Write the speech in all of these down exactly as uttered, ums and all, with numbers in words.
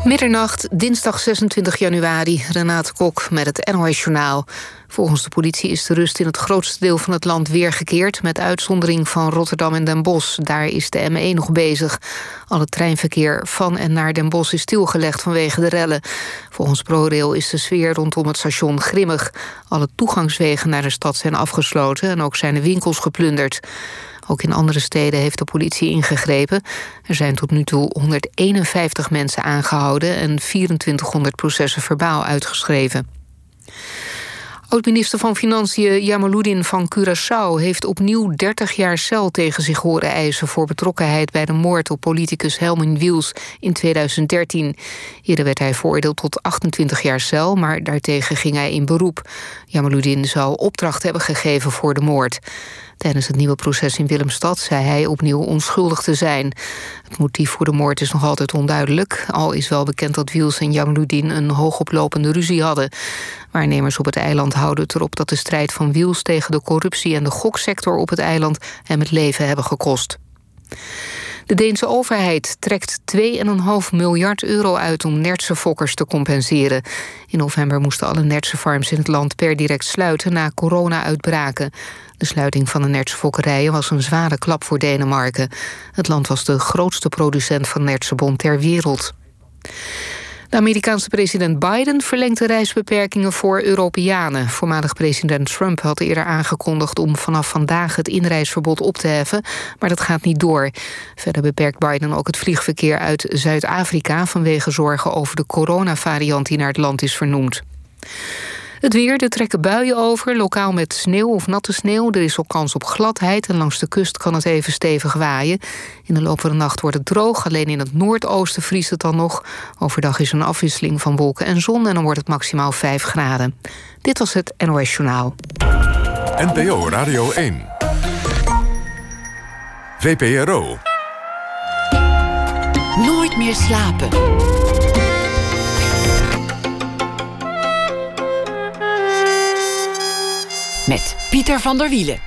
Middernacht, dinsdag zesentwintig januari, Renate Kok met het N O S-journaal. Volgens de politie is de rust in het grootste deel van het land weergekeerd, met uitzondering van Rotterdam en Den Bosch. Daar is de M één nog bezig. Al het treinverkeer van en naar Den Bosch is stilgelegd vanwege de rellen. Volgens ProRail is de sfeer rondom het station grimmig. Alle toegangswegen naar de stad zijn afgesloten en ook zijn de winkels geplunderd. Ook in andere steden heeft de politie ingegrepen. Er zijn tot nu toe honderdeenenvijftig mensen aangehouden en vierentwintighonderd processen verbaal uitgeschreven. Oud-minister van Financiën Jamaluddin van Curaçao heeft opnieuw dertig jaar cel tegen zich horen eisen voor betrokkenheid bij de moord op politicus Helmin Wiels in tweeduizend dertien. Eerder werd hij veroordeeld tot achtentwintig jaar cel, maar daartegen ging hij in beroep. Jamaluddin zou opdracht hebben gegeven voor de moord. Tijdens het nieuwe proces in Willemstad zei hij opnieuw onschuldig te zijn. Het motief voor de moord is nog altijd onduidelijk. Al is wel bekend dat Wiels en Jamaluddin een hoogoplopende ruzie hadden. Waarnemers op het eiland houden het erop dat de strijd van Wiels tegen de corruptie en de goksector op het eiland hem het leven hebben gekost. De Deense overheid trekt twee komma vijf miljard euro uit om nertsenfokkers te compenseren. In november moesten alle nertsenfarms in het land per direct sluiten na corona-uitbraken. De sluiting van de nertsenfokkerijen was een zware klap voor Denemarken. Het land was de grootste producent van nertsenbont ter wereld. De Amerikaanse president Biden verlengt de reisbeperkingen voor Europeanen. Voormalig president Trump had eerder aangekondigd om vanaf vandaag het inreisverbod op te heffen, maar dat gaat niet door. Verder beperkt Biden ook het vliegverkeer uit Zuid-Afrika vanwege zorgen over de coronavariant die naar het land is vernoemd. Het weer, er trekken buien over, lokaal met sneeuw of natte sneeuw. Er is ook kans op gladheid en langs de kust kan het even stevig waaien. In de loop van de nacht wordt het droog, alleen in het noordoosten vriest het dan nog. Overdag is een afwisseling van wolken en zon en dan wordt het maximaal vijf graden. Dit was het N O S-journaal. N P O Radio één. V P R O. Nooit meer slapen. Met Pieter van der Wielen.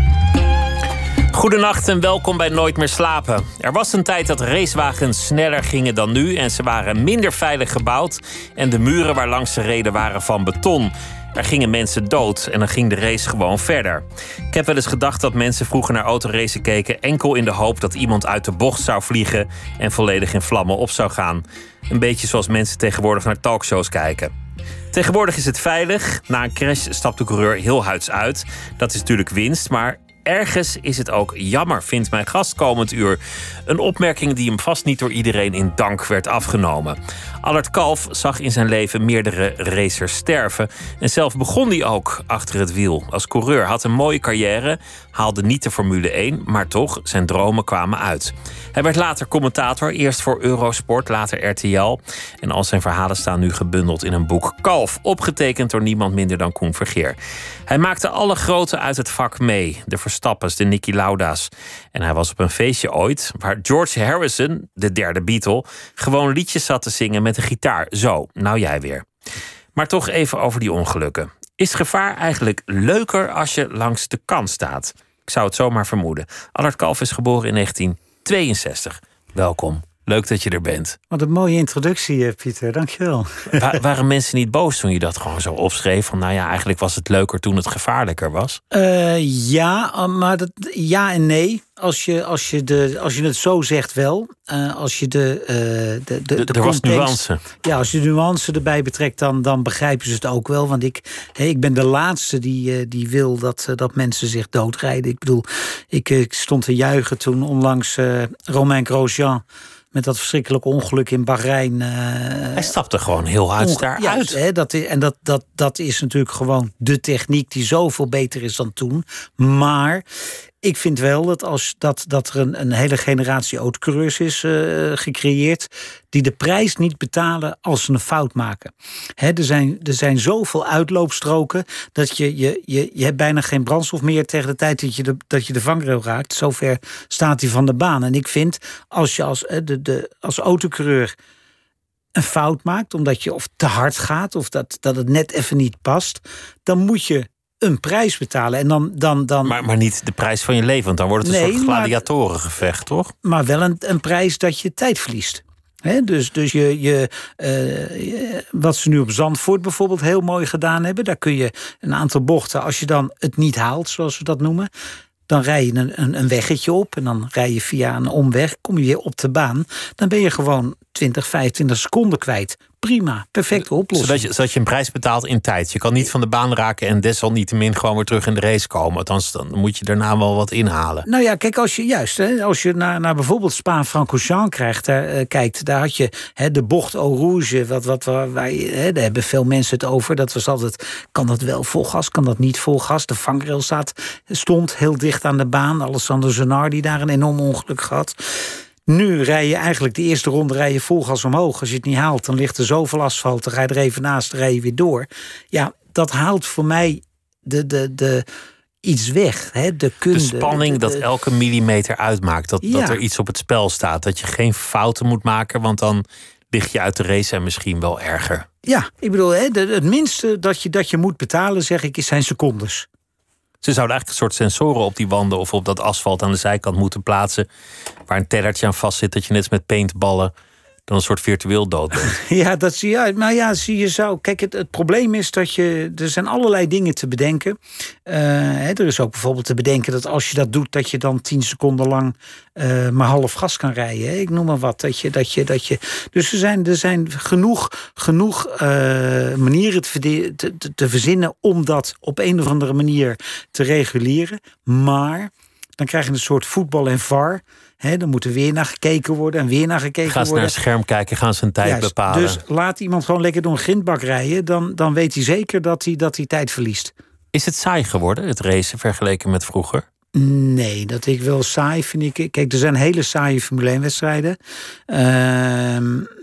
Goedenacht en welkom bij Nooit meer slapen. Er was een tijd dat racewagens sneller gingen dan nu en ze waren minder veilig gebouwd en de muren waarlangs ze reden waren van beton. Er gingen mensen dood en dan ging de race gewoon verder. Ik heb wel eens gedacht dat mensen vroeger naar autoracen keken enkel in de hoop dat iemand uit de bocht zou vliegen en volledig in vlammen op zou gaan. Een beetje zoals mensen tegenwoordig naar talkshows kijken. Tegenwoordig is het veilig. Na een crash stapt de coureur heel huids uit. Dat is natuurlijk winst, maar ergens is het ook jammer, vindt mijn gast komend uur. Een opmerking die hem vast niet door iedereen in dank werd afgenomen. Allard Kalf zag in zijn leven meerdere racers sterven. En zelf begon hij ook achter het wiel. Als coureur had een mooie carrière, haalde niet de Formule één, maar toch, zijn dromen kwamen uit. Hij werd later commentator, eerst voor Eurosport, later R T L. En al zijn verhalen staan nu gebundeld in een boek Kalf, opgetekend door niemand minder dan Koen Vergeer. Hij maakte alle groten uit het vak mee. De Verstappens, de Niki Lauda's. En hij was op een feestje ooit waar George Harrison, de derde Beatle, gewoon liedjes zat te zingen met een gitaar. Zo, nou jij weer. Maar toch even over die ongelukken. Is gevaar eigenlijk leuker als je langs de kant staat? Ik zou het zomaar vermoeden. Allard Kalf is geboren in negentien tweeënzestig. Welkom. Leuk dat je er bent. Wat een mooie introductie, Pieter. Dankjewel. Wa- waren mensen niet boos toen je dat gewoon zo opschreef? Van nou ja, eigenlijk was het leuker toen het gevaarlijker was. Uh, ja, maar dat, ja en nee. Als je, als je, de, als je het zo zegt wel. Uh, als je de, uh, de, de, de, de er was context, nuance. Ja, als je de nuance erbij betrekt, dan, dan begrijpen ze het ook wel. Want ik, hey, ik ben de laatste die, uh, die wil dat, uh, dat mensen zich doodrijden. Ik bedoel, ik, ik stond te juichen toen onlangs uh, Romain Grosjean met dat verschrikkelijke ongeluk in Bahrein. Uh, Hij stapte gewoon heel hard daaruit. Ja, dat is, en dat, dat, dat is natuurlijk gewoon de techniek die zoveel beter is dan toen. Maar ik vind wel dat, als, dat, dat er een, een hele generatie autocoureurs is uh, gecreëerd die de prijs niet betalen als ze een fout maken. He, er, zijn, er zijn zoveel uitloopstroken dat je, je, je, je hebt bijna geen brandstof meer tegen de tijd dat je de, dat je de vangrail raakt. Zover staat hij van de baan. En ik vind, als je als, de, de, als autocoureur een fout maakt, omdat je of te hard gaat of dat, dat het net even niet past, dan moet je een prijs betalen. En dan, dan, dan... Maar, maar niet de prijs van je leven, want dan wordt het een nee, soort gladiatorengevecht, toch? Maar wel een, een prijs dat je tijd verliest. He, dus dus je, je, uh, wat ze nu op Zandvoort bijvoorbeeld heel mooi gedaan hebben, daar kun je een aantal bochten, als je dan het niet haalt, zoals we dat noemen, dan rij je een, een, een weggetje op en dan rij je via een omweg, kom je weer op de baan. Dan ben je gewoon twintig, vijfentwintig seconden kwijt. Prima, perfecte oplossing. Zodat je, zodat je een prijs betaalt in tijd. Je kan niet van de baan raken en desalniettemin gewoon weer terug in de race komen. Althans, dan moet je daarna wel wat inhalen. Nou ja, kijk, als je juist, hè, als je naar, naar bijvoorbeeld Spa-Francorchamps krijgt, daar, uh, kijkt, daar had je hè, de bocht Eau Rouge, wat, wat, waar, waar, hè, daar hebben veel mensen het over. Dat was altijd, kan dat wel vol gas, kan dat niet vol gas? De vangrail staat, stond heel dicht aan de baan. Alessandro Zanardi daar een enorm ongeluk gehad. Nu rij je eigenlijk de eerste ronde rij je vol gas omhoog. Als je het niet haalt, dan ligt er zoveel asfalt. Dan ga je er even naast, dan rij je weer door. Ja, dat haalt voor mij de, de, de, iets weg. Hè? De kunde. De spanning de, de, dat elke millimeter uitmaakt. Dat, ja. dat er iets op het spel staat. Dat je geen fouten moet maken, want dan lig je uit de race en misschien wel erger. Ja, ik bedoel, hè, de, het minste dat je, dat je moet betalen, zeg ik, is zijn secondes. Ze zouden eigenlijk een soort sensoren op die wanden of op dat asfalt aan de zijkant moeten plaatsen, waar een tellertje aan vast zit, dat je net als met paintballen dan een soort virtueel dood bent. Ja, dat zie je uit. Maar ja, zie je zo. Kijk, het, het probleem is dat je. Er zijn allerlei dingen te bedenken. Uh, hè, er is ook bijvoorbeeld te bedenken dat als je dat doet, dat je dan tien seconden lang uh, maar half gas kan rijden. Hè. Ik noem maar wat. Dat je, dat je, dat je, dus er zijn, er zijn genoeg, genoeg uh, manieren te, te, te verzinnen om dat op een of andere manier te reguleren. Maar dan krijg je een soort voetbal en V A R. He, dan moet er weer naar gekeken worden en weer naar gekeken gaan ze worden. Gaan ze naar het scherm kijken, gaan ze een tijd Juist, bepalen. Dus laat iemand gewoon lekker door een grindbak rijden. Dan, dan weet hij zeker dat hij, dat hij tijd verliest. Is het saai geworden, het racen, vergeleken met vroeger? Nee, dat ik wel saai vind ik. Kijk, er zijn hele saaie Formule één wedstrijden. Uh,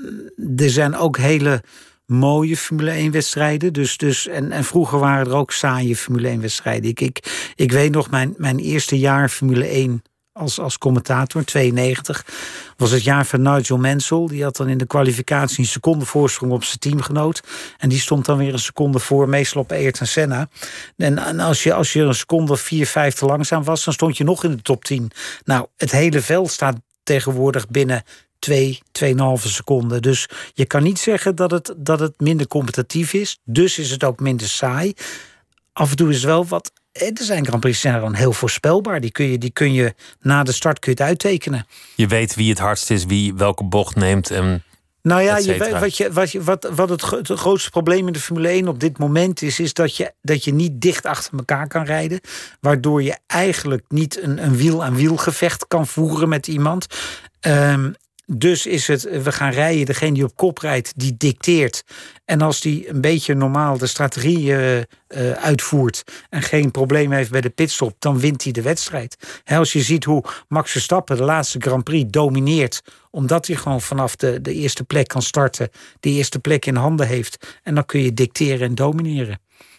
er zijn ook hele mooie Formule één wedstrijden. Dus, dus, en, en vroeger waren er ook saaie Formule één wedstrijden. Ik, ik, ik weet nog, mijn, mijn eerste jaar Formule één als, als commentator, tweeënnegentig, was het jaar van Nigel Mansell. Die had dan in de kwalificatie een seconde voorsprong op zijn teamgenoot. En die stond dan weer een seconde voor, meestal op Ayrton Senna. En, en als, je, als je een seconde of vier, vijf te langzaam was, dan stond je nog in de top tien. Nou, het hele veld staat tegenwoordig binnen twee, tweeënhalve seconden. Dus je kan niet zeggen dat het, dat het minder competitief is. Dus is het ook minder saai. Af en toe is het wel wat. Er zijn Grand Prix zijn dan heel voorspelbaar. Die kun je, die kun je na de start kun je het uittekenen. Je weet wie het hardst is, wie welke bocht neemt. En nou ja, je weet, wat, je, wat, je, wat, wat het, het grootste probleem in de Formule één op dit moment is, is dat je, dat je niet dicht achter elkaar kan rijden. Waardoor je eigenlijk niet een, een wiel-aan-wiel gevecht kan voeren met iemand. Um, Dus is het, we gaan rijden, degene die op kop rijdt, die dicteert. En als die een beetje normaal de strategie uh, uh, uitvoert en geen probleem heeft bij de pitstop, dan wint hij de wedstrijd. He, als je ziet hoe Max Verstappen de laatste Grand Prix domineert, omdat hij gewoon vanaf de, de eerste plek kan starten, de eerste plek in handen heeft, en dan kun je dicteren en domineren.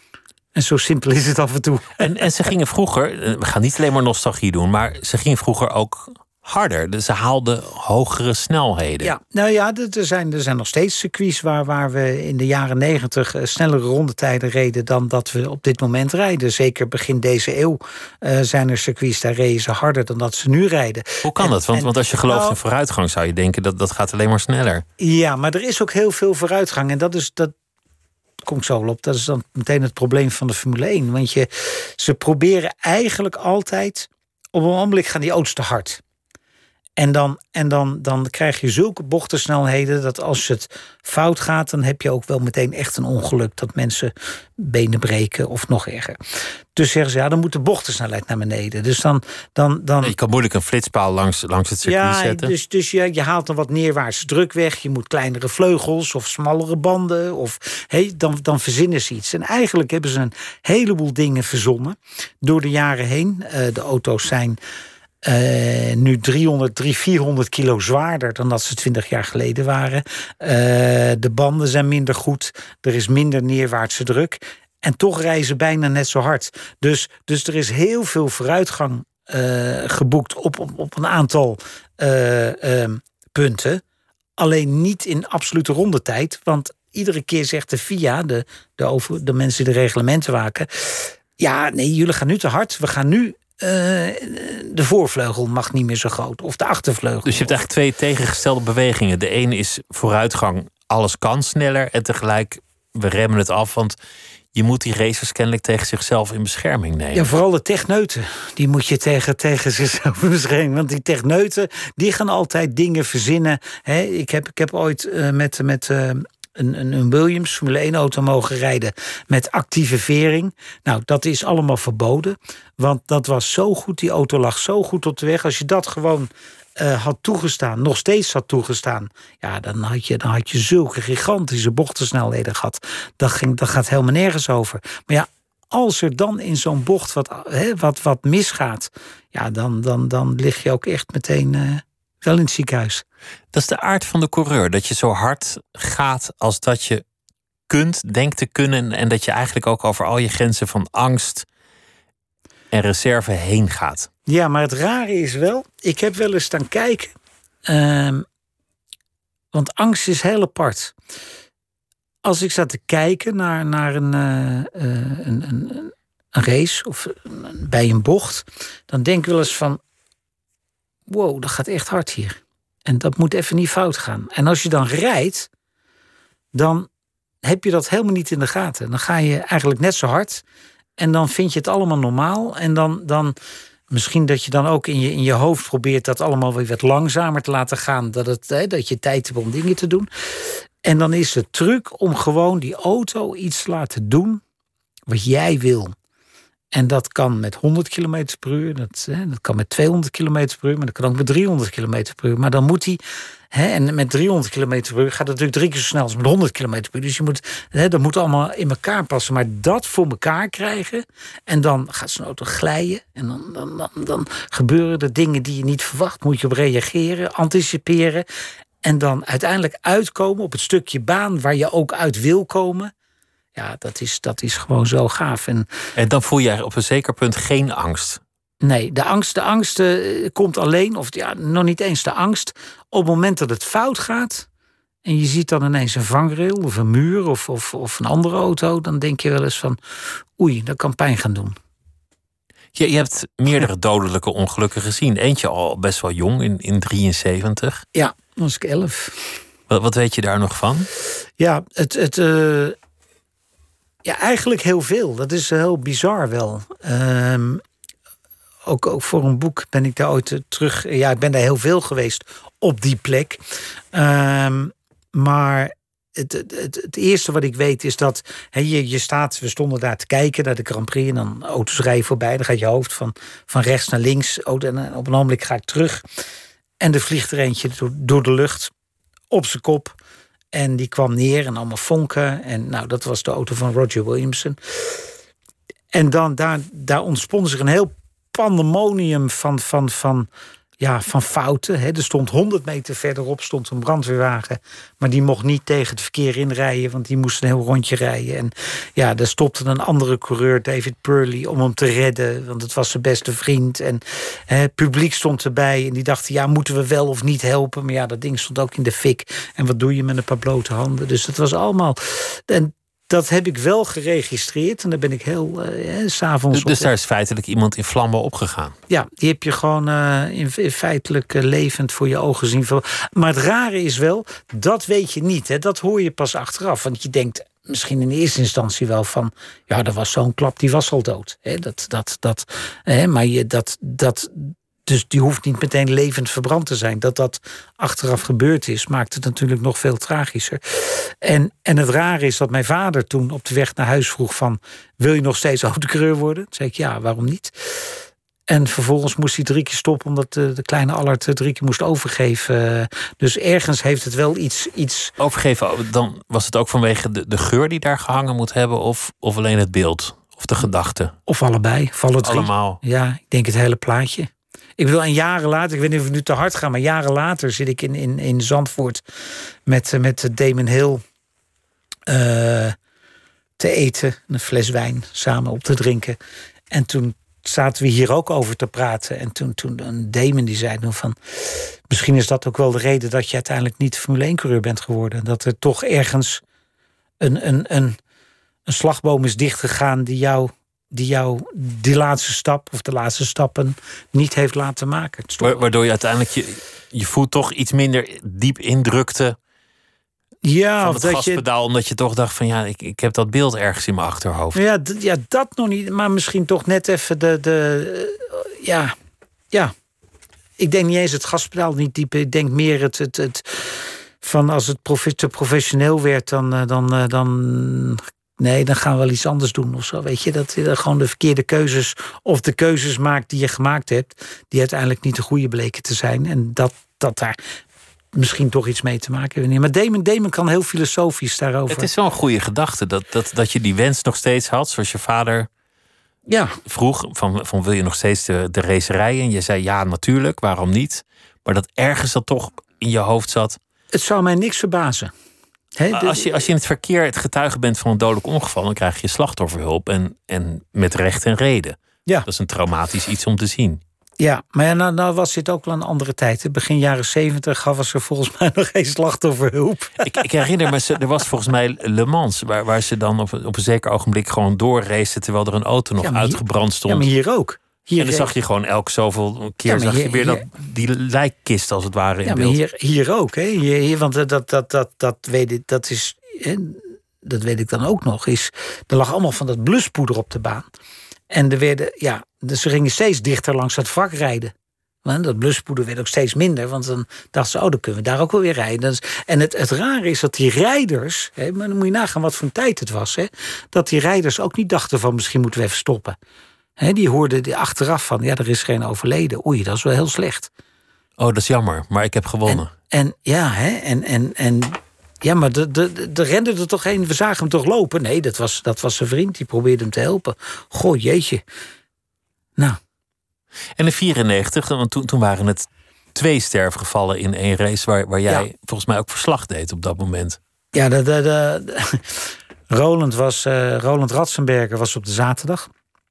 En zo simpel is het af en toe. En, en ze gingen vroeger, we gaan niet alleen maar nostalgie doen, maar ze gingen vroeger ook harder. Dus ze haalden hogere snelheden. Ja, nou ja, er zijn, er zijn nog steeds circuits waar, waar we in de jaren negentig snellere rondetijden reden dan dat we op dit moment rijden. Zeker begin deze eeuw uh, zijn er circuits, daar reden ze harder dan dat ze nu rijden. Hoe kan en, dat? Want, en, want als je gelooft nou, in vooruitgang, zou je denken dat dat gaat alleen maar sneller. Ja, maar er is ook heel veel vooruitgang. En dat is, dat kom ik zo wel op, dat is dan meteen het probleem van de Formule één. Want je, ze proberen eigenlijk altijd, op een ogenblik gaan die auto's te hard. En, dan, en dan, dan krijg je zulke bochtensnelheden dat als het fout gaat, dan heb je ook wel meteen echt een ongeluk. Dat mensen benen breken of nog erger. Dus zeggen ze, ja, dan moet de bochtensnelheid naar beneden. Dus dan, dan, dan... Je kan moeilijk een flitspaal langs, langs het circuit ja, zetten. Dus, dus je, je haalt dan wat neerwaartse druk weg. Je moet kleinere vleugels of smallere banden. Of, hey, dan, dan verzinnen ze iets. En eigenlijk hebben ze een heleboel dingen verzonnen door de jaren heen. Uh, de auto's zijn Uh, nu driehonderd, driehonderd, vierhonderd kilo zwaarder dan dat ze twintig jaar geleden waren. Uh, de banden zijn minder goed. Er is minder neerwaartse druk. En toch rijden ze bijna net zo hard. Dus, dus er is heel veel vooruitgang uh, geboekt op, op, op een aantal uh, uh, punten. Alleen niet in absolute rondetijd. Want iedere keer zegt de F I A, de, de, over, de mensen die de reglementen maken, ja, nee, jullie gaan nu te hard. We gaan nu de voorvleugel mag niet meer zo groot. Of de achtervleugel. Dus je hebt eigenlijk twee tegengestelde bewegingen. De ene is vooruitgang, alles kan sneller. En tegelijk, we remmen het af, want je moet die racers kennelijk tegen zichzelf in bescherming nemen. Ja, vooral de techneuten. Die moet je tegen, tegen zichzelf in bescherming. Want die techneuten, die gaan altijd dingen verzinnen. He, ik, heb, ik heb ooit uh, met... met uh, Een, een, een Williams Formule één auto mogen rijden met actieve vering. Nou, dat is allemaal verboden. Want dat was zo goed, die auto lag zo goed op de weg. Als je dat gewoon uh, had toegestaan, nog steeds had toegestaan... ja, dan had je, dan had je zulke gigantische bochtensnelheden gehad. Dat, ging, dat gaat helemaal nergens over. Maar ja, als er dan in zo'n bocht wat, hè, wat, wat misgaat... ja, dan, dan, dan lig je ook echt meteen... Uh, wel in het ziekenhuis. Dat is de aard van de coureur. Dat je zo hard gaat als dat je kunt, denkt te kunnen. En dat je eigenlijk ook over al je grenzen van angst en reserve heen gaat. Ja, maar het rare is wel... Ik heb wel eens staan kijken. Uh, want angst is heel apart. Als ik sta te kijken naar, naar een, uh, uh, een, een, een race... of een, bij een bocht... dan denk ik wel eens van... wow, dat gaat echt hard hier. En dat moet even niet fout gaan. En als je dan rijdt, dan heb je dat helemaal niet in de gaten. Dan ga je eigenlijk net zo hard. En dan vind je het allemaal normaal. En dan, dan misschien dat je dan ook in je, in je hoofd probeert... dat allemaal weer wat langzamer te laten gaan. Dat, het, hè, dat je tijd hebt om dingen te doen. En dan is de truc om gewoon die auto iets te laten doen... wat jij wil. En dat kan met honderd kilometer per uur, dat, hè, dat kan met tweehonderd kilometer per uur... maar dat kan ook met driehonderd kilometer per uur. Maar dan moet hij, hè, en met driehonderd kilometer per uur... gaat het natuurlijk drie keer zo snel als met honderd kilometer per uur. Dus je moet, hè, dat moet allemaal in elkaar passen. Maar dat voor elkaar krijgen... en dan gaat zo'n auto glijden... en dan, dan, dan, dan gebeuren er dingen die je niet verwacht. Moet je op reageren, anticiperen... en dan uiteindelijk uitkomen op het stukje baan... waar je ook uit wil komen... Ja, dat is, dat is gewoon zo gaaf. En, en dan voel je op een zeker punt geen angst? Nee, de angst, de angst uh, komt alleen, of ja, nog niet eens de angst... op het moment dat het fout gaat... en je ziet dan ineens een vangrail of een muur of, of, of een andere auto... dan denk je wel eens van, oei, dat kan pijn gaan doen. Je, je hebt meerdere dodelijke ongelukken gezien. Eentje al best wel jong, in, in drieënzeventig. Ja, toen was ik elf. Wat, wat weet je daar nog van? Ja, het... het uh, Ja, eigenlijk heel veel. Dat is heel bizar wel. Um, ook, ook voor een boek ben ik daar ooit uh, terug... Ja, ik ben daar heel veel geweest op die plek. Um, maar het, het, het eerste wat ik weet is dat... He, je, je staat, we stonden daar te kijken naar de Grand Prix... en dan auto's rijden voorbij. Dan gaat je hoofd van, van rechts naar links. En op een ogenblik ga ik terug. En er vliegt er eentje door, door de lucht op zijn kop... En die kwam neer en allemaal vonken. En nou, dat was de auto van Roger Williamson. En dan, daar, daar ontspon zich een heel pandemonium van, van, van, ja, van fouten. He, er stond honderd meter verderop stond een brandweerwagen. Maar die mocht niet tegen het verkeer inrijden, want die moest een heel rondje rijden. En ja, daar stopte een andere coureur, David Purley, om hem te redden. Want het was zijn beste vriend. En he, het publiek stond erbij. En die dachten, ja, moeten we wel of niet helpen? Maar ja, dat ding stond ook in de fik. En wat doe je met een paar blote handen? Dus dat was allemaal... En dat heb ik wel geregistreerd. En daar ben ik heel uh, s'avonds... Dus, dus daar is feitelijk iemand in vlammen opgegaan? Ja, die heb je gewoon uh, in, in feitelijk uh, levend voor je ogen zien. Maar het rare is wel, dat weet je niet. Hè? Dat hoor je pas achteraf. Want je denkt misschien in eerste instantie wel van... ja, er was zo'n klap, die was al dood. Hè? Dat, dat, dat, hè? Maar je, dat... dat Dus die hoeft niet meteen levend verbrand te zijn. Dat dat achteraf gebeurd is, maakt het natuurlijk nog veel tragischer. En, en het rare is dat mijn vader toen op de weg naar huis vroeg van... wil je nog steeds autocoureur worden? Toen zei ik, ja, waarom niet? En vervolgens moest hij drie keer stoppen... omdat de, de kleine Allard drie keer moest overgeven. Dus ergens heeft het wel iets... iets... Overgeven, dan was het ook vanwege de, de geur die daar gehangen moet hebben... of, of alleen het beeld, of de gedachte? Of allebei, of alle drie. Allemaal? Ja, ik denk het hele plaatje. Ik bedoel, en jaren later, ik weet niet of ik nu te hard ga... maar jaren later zit ik in, in, in Zandvoort met, met Damon Hill uh, te eten. Een fles wijn samen op te drinken. En toen zaten we hier ook over te praten. En toen, toen een Damon die zei van... misschien is dat ook wel de reden dat je uiteindelijk niet Formule één-coureur bent geworden. Dat er toch ergens een, een, een, een slagboom is dichtgegaan die jou... die jou die laatste stap of de laatste stappen niet heeft laten maken. Wa- waardoor je uiteindelijk je, je voet toch iets minder diep indrukte Ja, van of het dat gaspedaal, je, omdat je toch dacht van ja, ik, ik heb dat beeld ergens in mijn achterhoofd. ja, d- ja, dat nog niet, maar misschien toch net even de, de uh, ja, ja. Ik denk niet eens het gaspedaal niet diep. Ik denk meer het, het, het van als het profe- te professioneel werd, dan, uh, dan, uh, dan nee, dan gaan we wel iets anders doen of zo. Weet je, dat je gewoon de verkeerde keuzes of de keuzes maakt die je gemaakt hebt, die uiteindelijk niet de goede bleken te zijn. En dat, dat daar misschien toch iets mee te maken hebben. Maar Damon, Damon kan heel filosofisch daarover. Het is wel een goede gedachte dat, dat, dat je die wens nog steeds had, zoals je vader Ja, vroeg, van, van wil je nog steeds de, de racerij? En je zei ja, natuurlijk, waarom niet? Maar dat ergens dat toch in je hoofd zat. het zou mij niks verbazen. Hè, de- Als je, als je in het verkeer het getuige bent van een dodelijk ongeval, dan krijg je slachtofferhulp en, en met recht en reden. Ja. Dat is een traumatisch iets om te zien. Ja, maar ja, nou, nou was dit ook wel een andere tijd. hè. Begin jaren zeventig was er volgens mij nog geen slachtofferhulp. Ik, ik herinner me, ze- er was volgens mij Le Mans, waar, waar ze dan op, op een zeker ogenblik gewoon doorracen terwijl er een auto nog Ja, maar hier- uitgebrand stond. Ja, maar hier ook. Hier en dan zag je gewoon elk zoveel keer Ja, maar zag je hier- weer dat, hier- die lijkkist als het ware in Ja, maar beeld. hier, hier ook. Hè? Hier, hier, want dat, dat, dat, dat, dat weet ik, dat is. Hè, dat weet ik dan ook nog. Is, er lag allemaal van dat bluspoeder op de baan. En er werden, ja, dus ze gingen steeds dichter langs het vak rijden. Want dat bluspoeder werd ook steeds minder. Want dan dachten ze, oh, dan kunnen we daar ook wel weer rijden. Dat is, en het, het rare is dat die rijders, hè, maar dan moet je nagaan wat voor een tijd het was. Hè, dat die rijders ook niet dachten van misschien moeten we even stoppen. Hè, die hoorden die achteraf van, ja, er is geen overleden. Oei, dat is wel heel slecht. Oh, dat is jammer, maar ik heb gewonnen. En ja, hè, en, en, en ja, maar de, de, de, de rende er toch heen. We zagen hem toch lopen? Nee, dat was, dat was zijn vriend. Die probeerde hem te helpen. Goh, jeetje. Nou, En in vierennegentig, want toen, toen waren het twee sterfgevallen in één race, waar, waar jij Ja. volgens mij ook verslag deed op dat moment. ja, de, de, de, de- Roland was, eh, Roland Ratzenberger was op de zaterdag.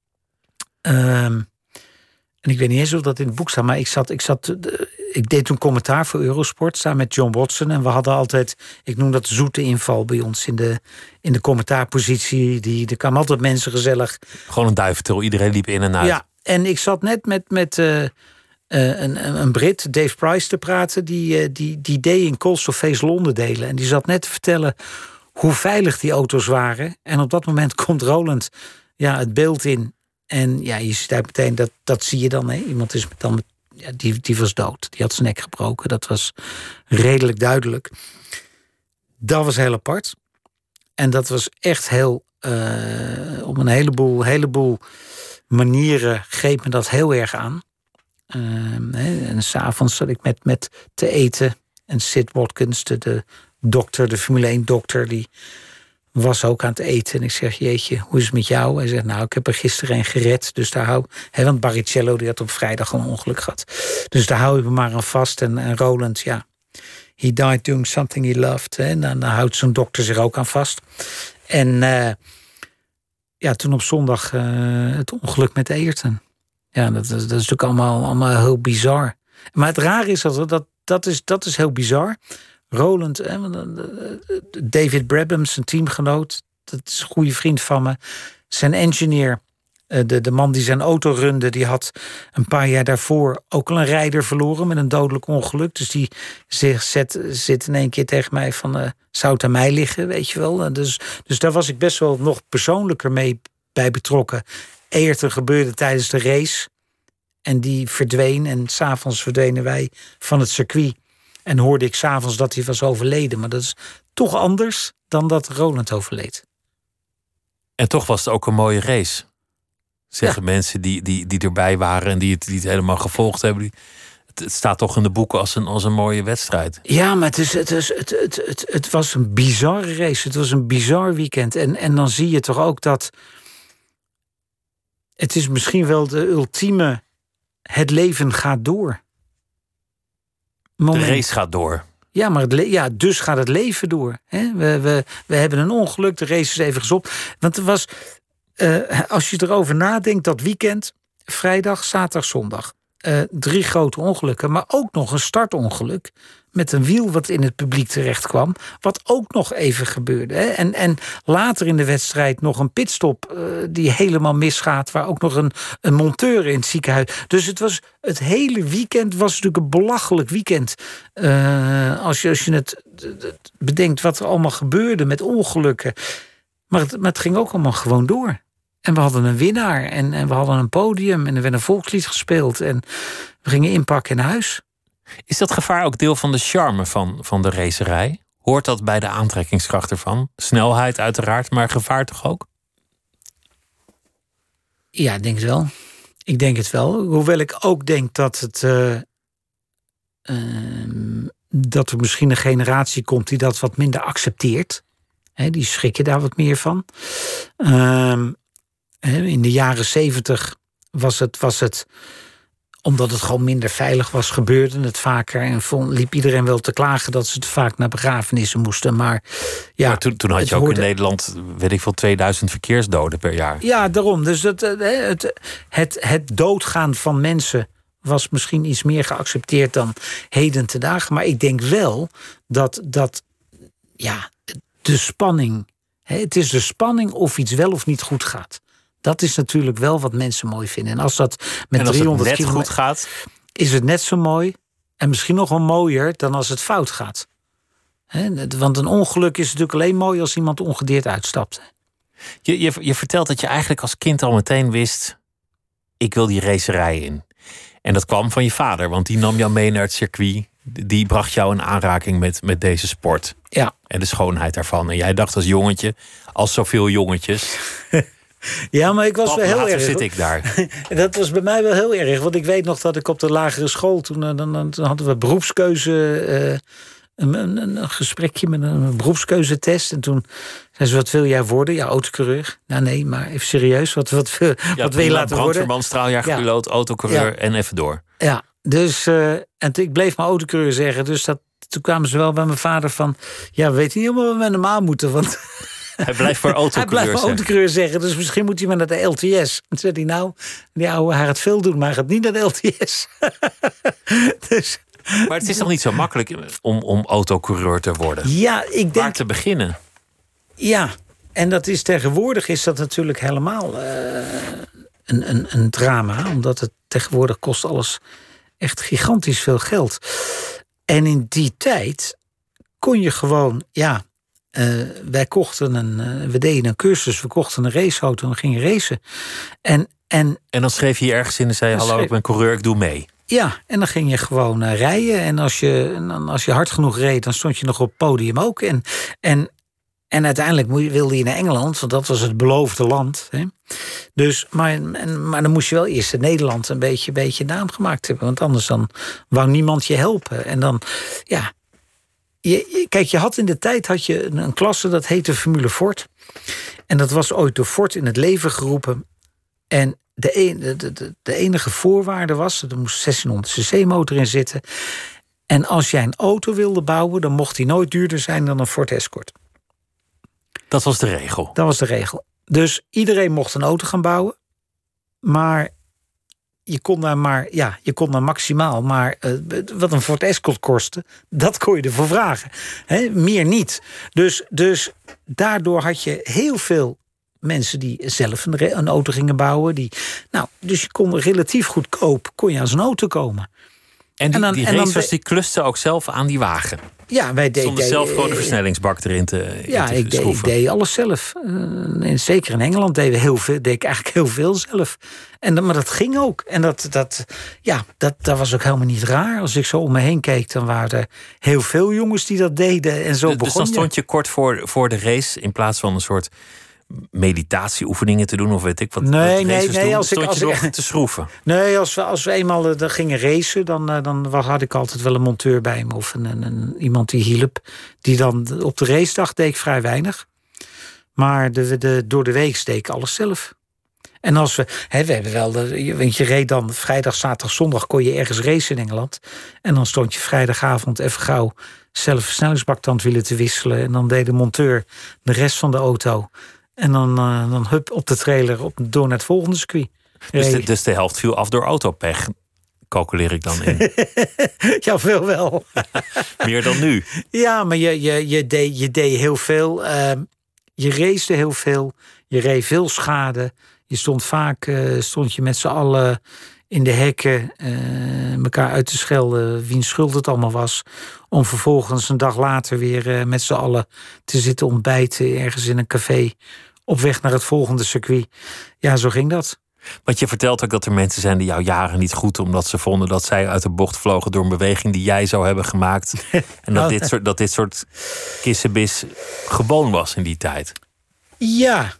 Ehm, en ik weet niet eens of dat in het boek staat, maar ik zat, ik zat, de- ik deed toen commentaar voor Eurosport samen met John Watson. En we hadden altijd, ik noem dat zoete inval bij ons in de, in de commentaarpositie. Die, er kwamen altijd mensen gezellig. Gewoon een duiventil, iedereen liep in en uit. Ja, en ik zat net met, met uh, uh, een, een Brit, Dave Price, te praten. Die, uh, die, die deed in koolstofface Londen delen. En die zat net te vertellen hoe veilig die auto's waren. En op dat moment komt Roland ja, het beeld in. En ja, je ziet daar meteen, dat, dat zie je dan. Hè? Iemand is dan met, ja, die, die was dood. Die had zijn nek gebroken. Dat was redelijk duidelijk. Dat was heel apart. En dat was echt heel, uh, op een heleboel, heleboel manieren greep me dat heel erg aan. Uh, hè, en s'avonds zat ik met, met te eten. En Sid Watkins, de, de dokter, de Formule één dokter, die was ook aan het eten. En ik zeg, jeetje, hoe is het met jou? Hij zegt, nou, ik heb er gisteren een gered. Dus daar hou... Hè, want Barrichello die had op vrijdag een ongeluk gehad. Dus daar hou ik me maar aan vast. En, en Roland, ja, he died doing something he loved. Hè, en dan, dan houdt zo'n dokter zich ook aan vast. En uh, ja, toen op zondag uh, het ongeluk met Ayrton. Ja, dat, dat, dat is natuurlijk allemaal, allemaal heel bizar. Maar het rare is dat dat, dat, is, dat is heel bizar. Roland, hè, David Brabham, zijn teamgenoot, dat is een goede vriend van me. Zijn engineer, de, de man die zijn auto runde, die had een paar jaar daarvoor ook al een rijder verloren met een dodelijk ongeluk. Dus die zich zet, zit in één keer tegen mij van, uh, zou het aan mij liggen, weet je wel. Dus, dus daar was ik best wel nog persoonlijker mee bij betrokken. Ayrton gebeurde tijdens de race en die verdween en 's avonds verdwenen wij van het circuit. En hoorde ik 's avonds dat hij was overleden. Maar dat is toch anders dan dat Roland overleed. En toch was het ook een mooie race. Zeggen ja. mensen die, die, die erbij waren en die het, die het helemaal gevolgd hebben. Die, het, het staat toch in de boeken als een, als een mooie wedstrijd. Ja, maar het, is, het, is, het, het, het, het was een bizarre race. Het was een bizar weekend. En, en dan zie je toch ook dat... Het is misschien wel de ultieme... Het leven gaat door. Moment. De race gaat door. Ja, maar het ja, dus gaat het leven door. Hè? We, we, we hebben een ongeluk, de race is even gestopt. Want er was, uh, als je erover nadenkt, dat weekend, vrijdag, zaterdag, zondag. uh, drie grote ongelukken, maar ook nog een startongeluk met een wiel wat in het publiek terecht kwam, wat ook nog even gebeurde. Hè? En, en later in de wedstrijd nog een pitstop uh, die helemaal misgaat, waar ook nog een, een monteur in het ziekenhuis. Dus het was het hele weekend was natuurlijk een belachelijk weekend. Uh, als je, als je het, het bedenkt wat er allemaal gebeurde met ongelukken. Maar het, maar het ging ook allemaal gewoon door. En we hadden een winnaar en, en we hadden een podium en er werd een volkslied gespeeld en we gingen inpakken in huis. Is dat gevaar ook deel van de charme van, van de racerij? Hoort dat bij de aantrekkingskracht ervan? Snelheid uiteraard, maar gevaar toch ook? Ja, ik denk het wel. Ik denk het wel. Hoewel ik ook denk dat het uh, uh, dat er misschien een generatie komt die dat wat minder accepteert. He, die schrikken daar wat meer van. Uh, in de jaren zeventig was het, was het, omdat het gewoon minder veilig was, gebeurde het vaker. En vond, liep iedereen wel te klagen dat ze te vaak naar begrafenissen moesten. Maar, ja, maar toen, toen had je ook hoorde... in Nederland, weet ik veel, tweeduizend verkeersdoden per jaar. Ja, daarom. Dus het, het, het, het doodgaan van mensen was misschien iets meer geaccepteerd dan heden te dagen. Maar ik denk wel dat, dat ja, de spanning, het is de spanning of iets wel of niet goed gaat. Dat is natuurlijk wel wat mensen mooi vinden. En als dat met en als driehonderd het net kilometer goed gaat, is het net zo mooi. En misschien nog wel mooier dan als het fout gaat. He, want een ongeluk is natuurlijk alleen mooi als iemand ongedeerd uitstapt. Je, je, je vertelt dat je eigenlijk als kind al meteen wist, ik wil die racerij in. En dat kwam van je vader, want die nam jou mee naar het circuit. Die bracht jou in aanraking met, met deze sport. Ja. En de schoonheid daarvan. En jij dacht als jongetje, als zoveel jongetjes, ja, maar ik was pap, wel heel later erg. zit ik daar. Dat was bij mij wel heel erg. Want ik weet nog dat ik op de lagere school, toen, dan, dan, dan hadden we beroepskeuze, uh, een, een, een gesprekje met een beroepskeuzetest. En toen zei ze, wat wil jij worden? Ja, autocoureur. Nou nee, maar even serieus. Wat, wat, wat Ja, wil je laten worden? brandweerman, straaljagerpiloot, ja. autocoureur ja. en even door. Ja, dus uh, en t- ik bleef maar autocoureur zeggen. Dus dat, toen kwamen ze wel bij mijn vader van, ja, we weten niet helemaal wat we met hem aan moeten. Want hij blijft maar autocoureur Hij blijft maar zeggen. autocoureur zeggen. Dus misschien moet hij maar naar de L T S. En toen zei hij, nou, die ouwe, hij gaat veel doen, maar hij gaat niet naar de L T S. Dus, maar het is toch niet zo makkelijk om, om autocoureur te worden? Ja, ik denk, waar te beginnen? Ja, en dat is tegenwoordig is dat natuurlijk helemaal uh, een, een, een drama. Omdat het tegenwoordig kost alles echt gigantisch veel geld. En in die tijd kon je gewoon, ja, uh, wij kochten een, uh, we deden een cursus, we kochten een raceauto en we gingen racen. En, en, en dan schreef je ergens in en zei je, hallo, schreef, ik ben coureur, ik doe mee. Ja, en dan ging je gewoon uh, rijden. En als je, en als je hard genoeg reed, dan stond je nog op het podium ook. En, en, en uiteindelijk wilde je naar Engeland, want dat was het beloofde land. Hè? Dus, maar, en, maar dan moest je wel eerst in Nederland een beetje, beetje naam gemaakt hebben. Want anders dan wou niemand je helpen. En dan, ja, je, je, kijk, je had in de tijd had je een, een klasse, dat heette Formule Ford. En dat was ooit door Ford in het leven geroepen. En de, een, de, de, de enige voorwaarde was, er moest zestienhonderd cc motor in zitten. En als jij een auto wilde bouwen, dan mocht die nooit duurder zijn dan een Ford Escort. Dat was de regel? Dat was de regel. Dus iedereen mocht een auto gaan bouwen. Maar je kon daar maar, ja, je kon daar maximaal. Maar uh, wat een Ford Escort kostte, dat kon je ervoor vragen. He, meer niet. Dus, dus daardoor had je heel veel mensen die zelf een, een auto gingen bouwen. Die, nou, dus je kon relatief goedkoop kon je aan zo'n auto komen. En die, en dan, die racers die klusten ook zelf aan die wagen? Ja, wij deden zonder zelf gewoon de versnellingsbak erin te Ja, in te ik, deed, ik deed alles zelf. Uh, en zeker in Engeland deden we heel veel, deed ik eigenlijk heel veel zelf. En, maar dat ging ook. En dat, dat, ja, dat, dat was ook helemaal niet raar. Als ik zo om me heen keek, dan waren er heel veel jongens die dat deden. En zo dus, begon dus dan je. stond je kort voor, voor de race, in plaats van een soort meditatieoefeningen te doen, of weet ik wat. Nee, wat nee, nee. Doen, als stond ik, als je ik, nog te schroeven? Nee, als we, als we eenmaal uh, gingen racen, dan, uh, dan had ik altijd wel een monteur bij me. Of een, een, een, iemand die hielp. Die dan op de racedag deed ik vrij weinig. Maar de, de, door de week deed ik alles zelf. En als we, hè, we hebben wel, de, want je reed dan vrijdag, zaterdag, zondag kon je ergens racen in Engeland. En dan stond je vrijdagavond even gauw zelf versnellingsbaktandwielen te wisselen. En dan deed de monteur de rest van de auto. En dan, uh, dan hup op de trailer op, door naar het volgende circuit. Dus de, dus de helft viel af door autopech. calculeer ik dan in. Ja, veel wel. Meer dan nu. Ja, maar je, je, je, deed, je deed heel veel. Uh, je racede heel veel. Je reed veel schade. Je stond vaak uh, stond je met z'n allen in de hekken uh, elkaar uit te schelden wiens schuld het allemaal was. Om vervolgens een dag later weer uh, met z'n allen te zitten ontbijten ergens in een café op weg naar het volgende circuit. Ja, zo ging dat. Want je vertelt ook dat er mensen zijn die jou jaren niet goed, omdat ze vonden dat zij uit de bocht vlogen door een beweging die jij zou hebben gemaakt. En dat dit soort, dat dit soort kissenbis gewoon was in die tijd. Ja.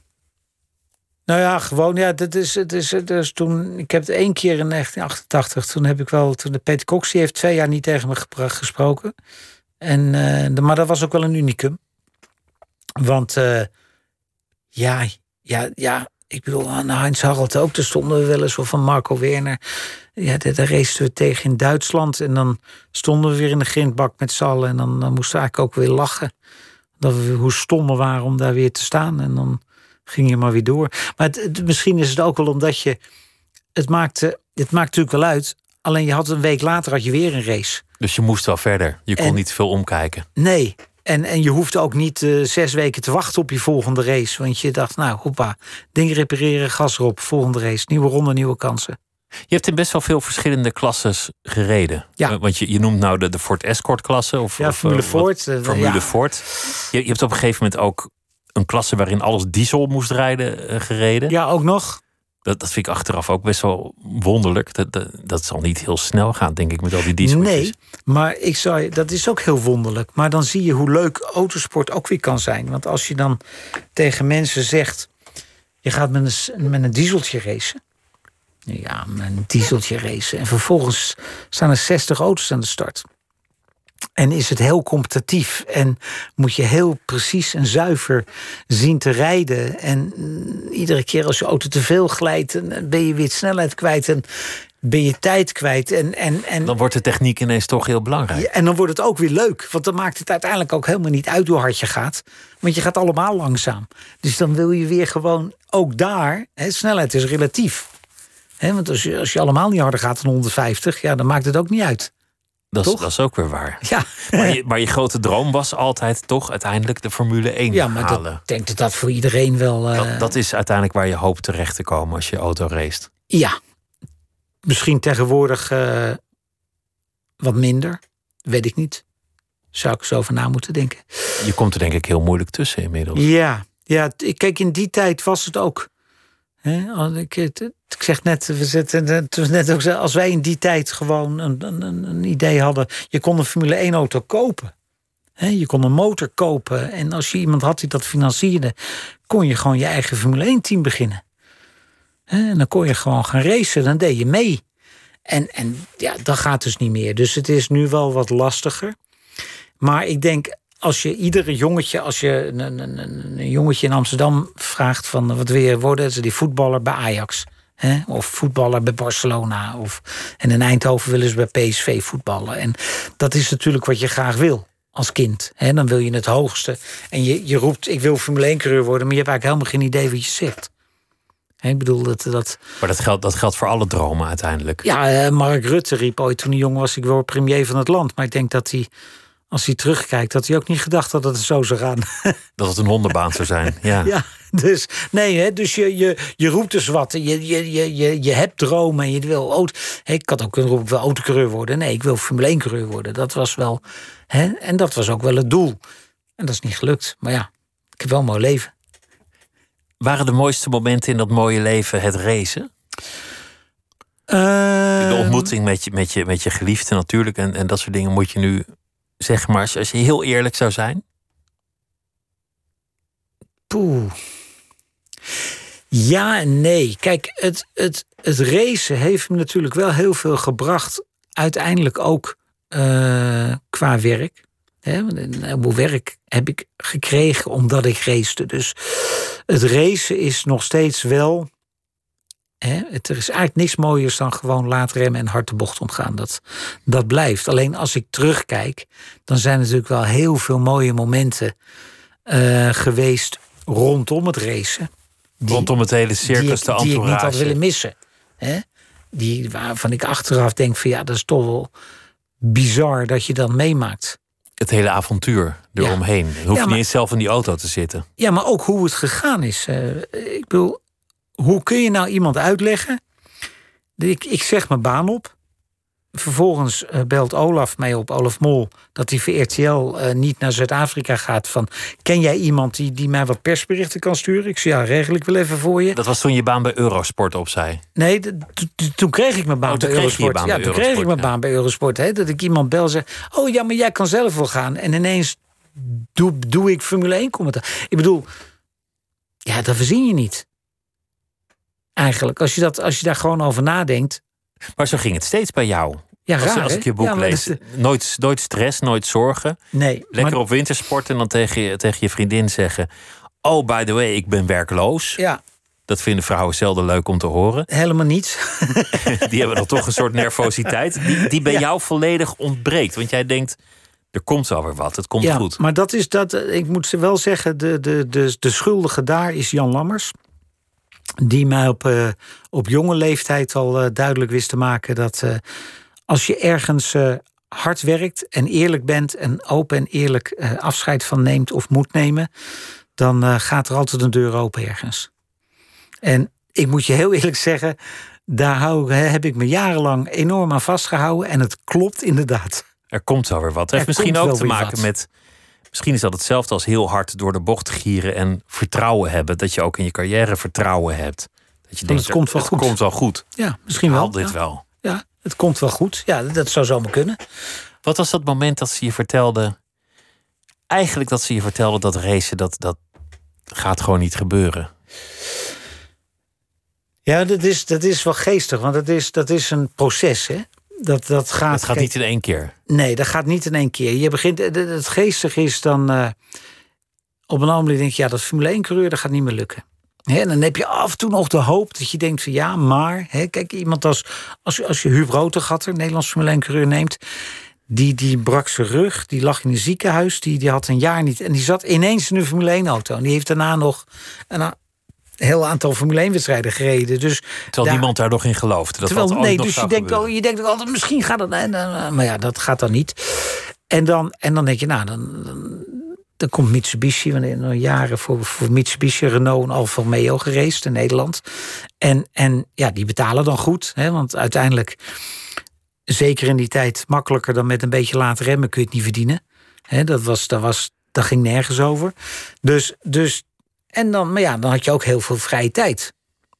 Nou ja, gewoon, ja, dat is, het is, het is toen, ik heb het één keer in negentien achtentachtig, toen heb ik wel, toen de Peter Cox, die heeft twee jaar niet tegen me gesproken. En, uh, maar dat was ook wel een unicum. Want, uh, ja, ja, ja, ik bedoel, aan Heinz Harald ook, daar stonden we wel eens, of van Marco Werner. Ja, daar, daar raceten we tegen in Duitsland. En dan stonden we weer in de grindbak met z'n allen. En dan, dan moesten we eigenlijk ook weer lachen. Dat we, hoe stom we waren om daar weer te staan. En dan ging je maar weer door. Maar het, het, misschien is het ook wel omdat je... Het maakte, het maakt natuurlijk wel uit. Alleen je had een week later had je weer een race. Dus je moest wel verder. Je kon en, niet veel omkijken. Nee. En, en je hoefde ook niet uh, zes weken te wachten op je volgende race. Want je dacht, nou, hoppa, ding repareren, gas erop, volgende race. Nieuwe ronde, nieuwe kansen. Je hebt in best wel veel verschillende klasses gereden. Ja. Want je, je noemt nou de, de Ford Escort-klasse. Of, ja, of, Formule uh, Ford. Wat, Formule ja. Ford. Je, je hebt op een gegeven moment ook een klasse waarin alles diesel moest rijden uh, gereden. Ja, ook nog. Dat, dat vind ik achteraf ook best wel wonderlijk. Dat, dat, dat zal niet heel snel gaan, denk ik, met al die dieseltjes. Nee, maar ik zou, dat is ook heel wonderlijk. Maar dan zie je hoe leuk autosport ook weer kan zijn. Want als je dan tegen mensen zegt... je gaat met een, met een dieseltje racen. Ja, met een dieseltje racen. En vervolgens staan er zestig auto's aan de start. En is het heel competitief. En moet je heel precies en zuiver zien te rijden. En iedere keer als je auto te veel glijdt... dan ben je weer snelheid kwijt en ben je tijd kwijt. En, en, en, dan wordt de techniek ineens toch heel belangrijk. Ja, en dan wordt het ook weer leuk. Want dan maakt het uiteindelijk ook helemaal niet uit hoe hard je gaat. Want je gaat allemaal langzaam. Dus dan wil je weer gewoon ook daar... Hè, snelheid is relatief. Hè, want als je, als je allemaal niet harder gaat dan honderdvijftig... ja, dan maakt het ook niet uit. Dat is, dat is ook weer waar. Ja. Maar, je, maar je grote droom was altijd toch uiteindelijk de Formule één ja, maar halen. Dat, ik denk dat dat voor iedereen wel... Uh... Dat, dat is uiteindelijk waar je hoopt terecht te komen als je auto racet. Ja. Misschien tegenwoordig uh, wat minder. Weet ik niet. Zou ik eens over na moeten denken. Je komt er denk ik heel moeilijk tussen inmiddels. Ja. Ja, kijk, in die tijd was het ook... He, ik, ik zeg net, we zitten, het was net ook, als wij in die tijd gewoon een, een, een idee hadden... je kon een Formule één auto kopen. He, je kon een motor kopen. En als je iemand had die dat financierde... kon je gewoon je eigen Formule één team beginnen. He, en dan kon je gewoon gaan racen, dan deed je mee. En, en ja, dat gaat dus niet meer. Dus het is nu wel wat lastiger. Maar ik denk... Als je iedere jongetje, als je een, een, een, een jongetje in Amsterdam vraagt van wat wil je worden, is die voetballer bij Ajax, hè? Of voetballer bij Barcelona, of en in Eindhoven willen ze bij P S V voetballen. En dat is natuurlijk wat je graag wil als kind. Hè? Dan wil je het hoogste en je, je roept ik wil Formule één coureur worden, maar je hebt eigenlijk helemaal geen idee wat je zegt. Hè? Ik bedoel dat, dat. Maar dat geldt, dat geldt voor alle dromen uiteindelijk. Ja, uh, Mark Rutte riep ooit toen hij jong was, ik word premier van het land, maar ik denk dat hij als hij terugkijkt, dat hij ook niet gedacht had dat het zo zou gaan. Dat het een hondenbaan zou zijn, ja. Ja, dus, nee, hè, dus je, je, je roept dus wat. Je, je, je, je, je hebt dromen en je wil auto. Hè, ik had ook kunnen roepen, ik wil autocoureur worden. Nee, ik wil Formule één coureur worden. Dat was wel, hè, en dat was ook wel het doel. En dat is niet gelukt. Maar ja, ik heb wel een mooi leven. Waren de mooiste momenten in dat mooie leven het racen? Uh, de ontmoeting met je, met je, met je geliefde natuurlijk. En, en dat soort dingen moet je nu... Zeg maar, als je heel eerlijk zou zijn. Poeh. Ja en nee. Kijk, het, het, het racen heeft me natuurlijk wel heel veel gebracht. Uiteindelijk ook uh, qua werk. Hè? Een heleboel werk heb ik gekregen omdat ik racete. Dus het racen is nog steeds wel... He, het, er is eigenlijk niks mooiers dan gewoon laat remmen en hard de bocht omgaan. Dat, dat blijft. Alleen als ik terugkijk, dan zijn er natuurlijk wel heel veel mooie momenten uh, geweest rondom het racen. Die, rondom het hele circus, die ik, de entourage. Die ik niet had willen missen. He? die, waarvan ik achteraf denk van ja, dat is toch wel bizar dat je dat meemaakt. Het hele avontuur eromheen. Ja. Je hoeft ja, maar, niet eens zelf in die auto te zitten. Ja, maar ook hoe het gegaan is. Uh, ik bedoel, hoe kun je nou iemand uitleggen? Ik, ik zeg mijn baan op. Vervolgens uh, belt Olaf mij op, Olaf Mol, dat hij voor R T L uh, niet naar Zuid-Afrika gaat. Van, ken jij iemand die, die mij wat persberichten kan sturen? Ik zei, ja, regel ik wel even voor je. Dat was toen je baan bij Eurosport opzij? Nee, de, to, to, toen kreeg ik mijn baan oh, bij Eurosport. Baan ja, bij toen Eurosport, kreeg ik mijn ja. baan bij Eurosport. Hè, dat ik iemand bel en zeg, oh ja, maar jij kan zelf wel gaan. En ineens doe, doe ik Formule één commentaar. Ik bedoel, ja, dat verzin je niet. Eigenlijk, als je, dat, als je daar gewoon over nadenkt. Maar zo ging het steeds bij jou. Ja, als, raar, als ik je boek ja, lees. Dat... Nooit, nooit stress, nooit zorgen. Nee, Lekker maar... op wintersport en dan tegen je, tegen je vriendin zeggen... Oh, by the way, ik ben werkloos. Ja. Dat vinden vrouwen zelden leuk om te horen. Helemaal niet. Die hebben dan toch een soort nervositeit. Die, die bij ja. jou volledig ontbreekt. Want jij denkt, er komt wel weer wat. Het komt ja, goed. Maar dat is dat. Ik moet wel zeggen, de, de, de, de schuldige daar is Jan Lammers. Die mij op, uh, op jonge leeftijd al uh, duidelijk wist te maken dat uh, als je ergens uh, hard werkt en eerlijk bent en open en eerlijk uh, afscheid van neemt of moet nemen, dan uh, gaat er altijd een deur open ergens. En ik moet je heel eerlijk zeggen, daar hou, heb ik me jarenlang enorm aan vastgehouden en het klopt inderdaad. Er komt wel weer wat. Het heeft misschien ook te maken met... Misschien is dat hetzelfde als heel hard door de bocht gieren en vertrouwen hebben. Dat je ook in je carrière vertrouwen hebt. Dat je denkt, het komt wel het goed. komt wel goed. Ja, misschien wel. Haal dit ja. wel. Ja, het komt wel goed. Ja, dat zou zomaar kunnen. Wat was dat moment dat ze je vertelde... Eigenlijk dat ze je vertelde dat racen, dat, dat gaat gewoon niet gebeuren. Ja, dat is, dat is wel geestig. Want dat is, dat is een proces, hè. Dat, dat gaat, het gaat kijk, niet in één keer. Nee, dat gaat niet in één keer. Je begint, het geestige is dan... Uh, op een ogenblik denk je, ja, dat Formule één-coureur, dat gaat niet meer lukken. He, en dan heb je af en toe nog de hoop dat je denkt van ja, maar... He, kijk, iemand als, als, als je Huub Rotegatter, Nederlands Formule één-coureur neemt... Die, die brak zijn rug, die lag in een ziekenhuis, die, die had een jaar niet... en die zat ineens in een Formule één-auto. En die heeft daarna nog een heel aantal Formule één-wedstrijden gereden. Dus terwijl daar, niemand daar nog in geloofde. Dat terwijl, dat nee, nog dus je denkt, oh, je denkt ook altijd, misschien gaat het... Maar ja, dat gaat dan niet. En dan, en dan denk je, nou, dan, dan, dan komt Mitsubishi... want in jaren voor, voor Mitsubishi, Renault en Alfa Romeo geraced in Nederland. En, en ja, die betalen dan goed, hè, want uiteindelijk... Zeker in die tijd makkelijker dan met een beetje laten remmen kun je het niet verdienen. He, dat, was, dat, was, dat ging nergens over. Dus, dus, en dan, maar ja, dan had je ook heel veel vrije tijd.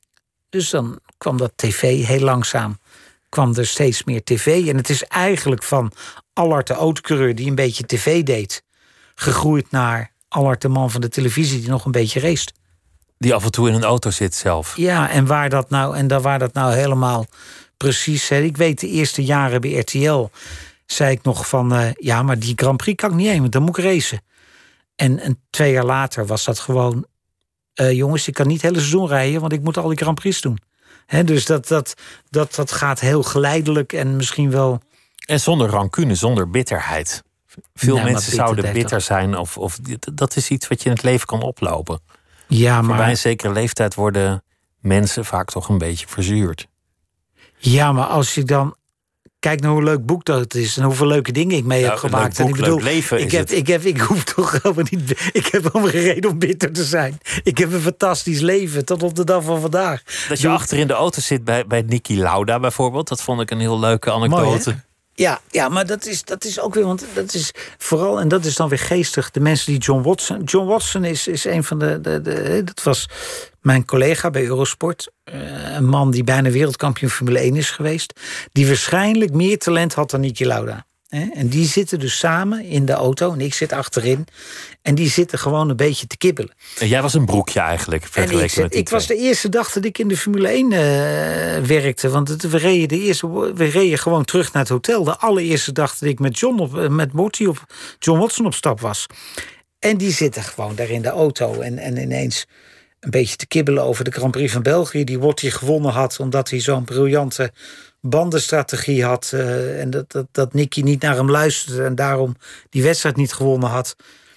Dus dan kwam dat tv heel langzaam. Kwam er steeds meer tv. En het is eigenlijk van Allard de autocoureur die een beetje tv deed... gegroeid naar Allard de man van de televisie die nog een beetje raced. Die af en toe in een auto zit zelf. Ja, en waar dat nou, en daar waar dat nou helemaal... Precies, hè. Ik weet de eerste jaren bij R T L zei ik nog van... Uh, ja, maar die Grand Prix kan ik niet heen, want dan moet ik racen. En, en twee jaar later was dat gewoon... Uh, jongens, ik kan niet het hele seizoen rijden... want ik moet al die Grand Prix doen. Hè, dus dat, dat, dat, dat gaat heel geleidelijk en misschien wel... En zonder rancune, zonder bitterheid. Veel nou, mensen zouden bitter zijn. Of, of dat is iets wat je in het leven kan oplopen. Ja, maar... Bij een zekere leeftijd worden mensen vaak toch een beetje verzuurd. Ja, maar als je dan... Kijk naar hoe leuk boek dat is en hoeveel leuke dingen ik mee nou, heb gemaakt. Leuk boek, en ik bedoel, leuk leven ik is heb, het. ik heb, ik hoef toch helemaal niet. Ik heb helemaal geen reden om bitter te zijn. Ik heb een fantastisch leven tot op de dag van vandaag. Dat je Doe... achter in de auto zit bij, bij Niki Lauda bijvoorbeeld, dat vond ik een heel leuke anekdote. Mooi, ja, ja, maar dat is, dat is ook weer, want dat is vooral, en dat is dan weer geestig, de mensen die John Watson... John Watson is, is een van de, de, de... Dat was mijn collega bij Eurosport. Uh, een man die bijna wereldkampioen Formule één is geweest. Die waarschijnlijk meer talent had dan Niki Lauda. Hè? En die zitten dus samen in de auto en ik zit achterin. En die zitten gewoon een beetje te kibbelen. En jij was een broekje eigenlijk, vergeleken ik, met die Ik was de eerste dag dat ik in de Formule één uh, werkte. Want het, we, reden de eerste, we reden gewoon terug naar het hotel. De allereerste dag dat ik met John op, met Morty op John Watson op stap was. En die zitten gewoon daar in de auto. En, en ineens een beetje te kibbelen over de Grand Prix van België. Die Morty gewonnen had omdat hij zo'n briljante bandenstrategie had. Uh, en dat, dat, dat Niki niet naar hem luisterde en daarom die wedstrijd niet gewonnen had.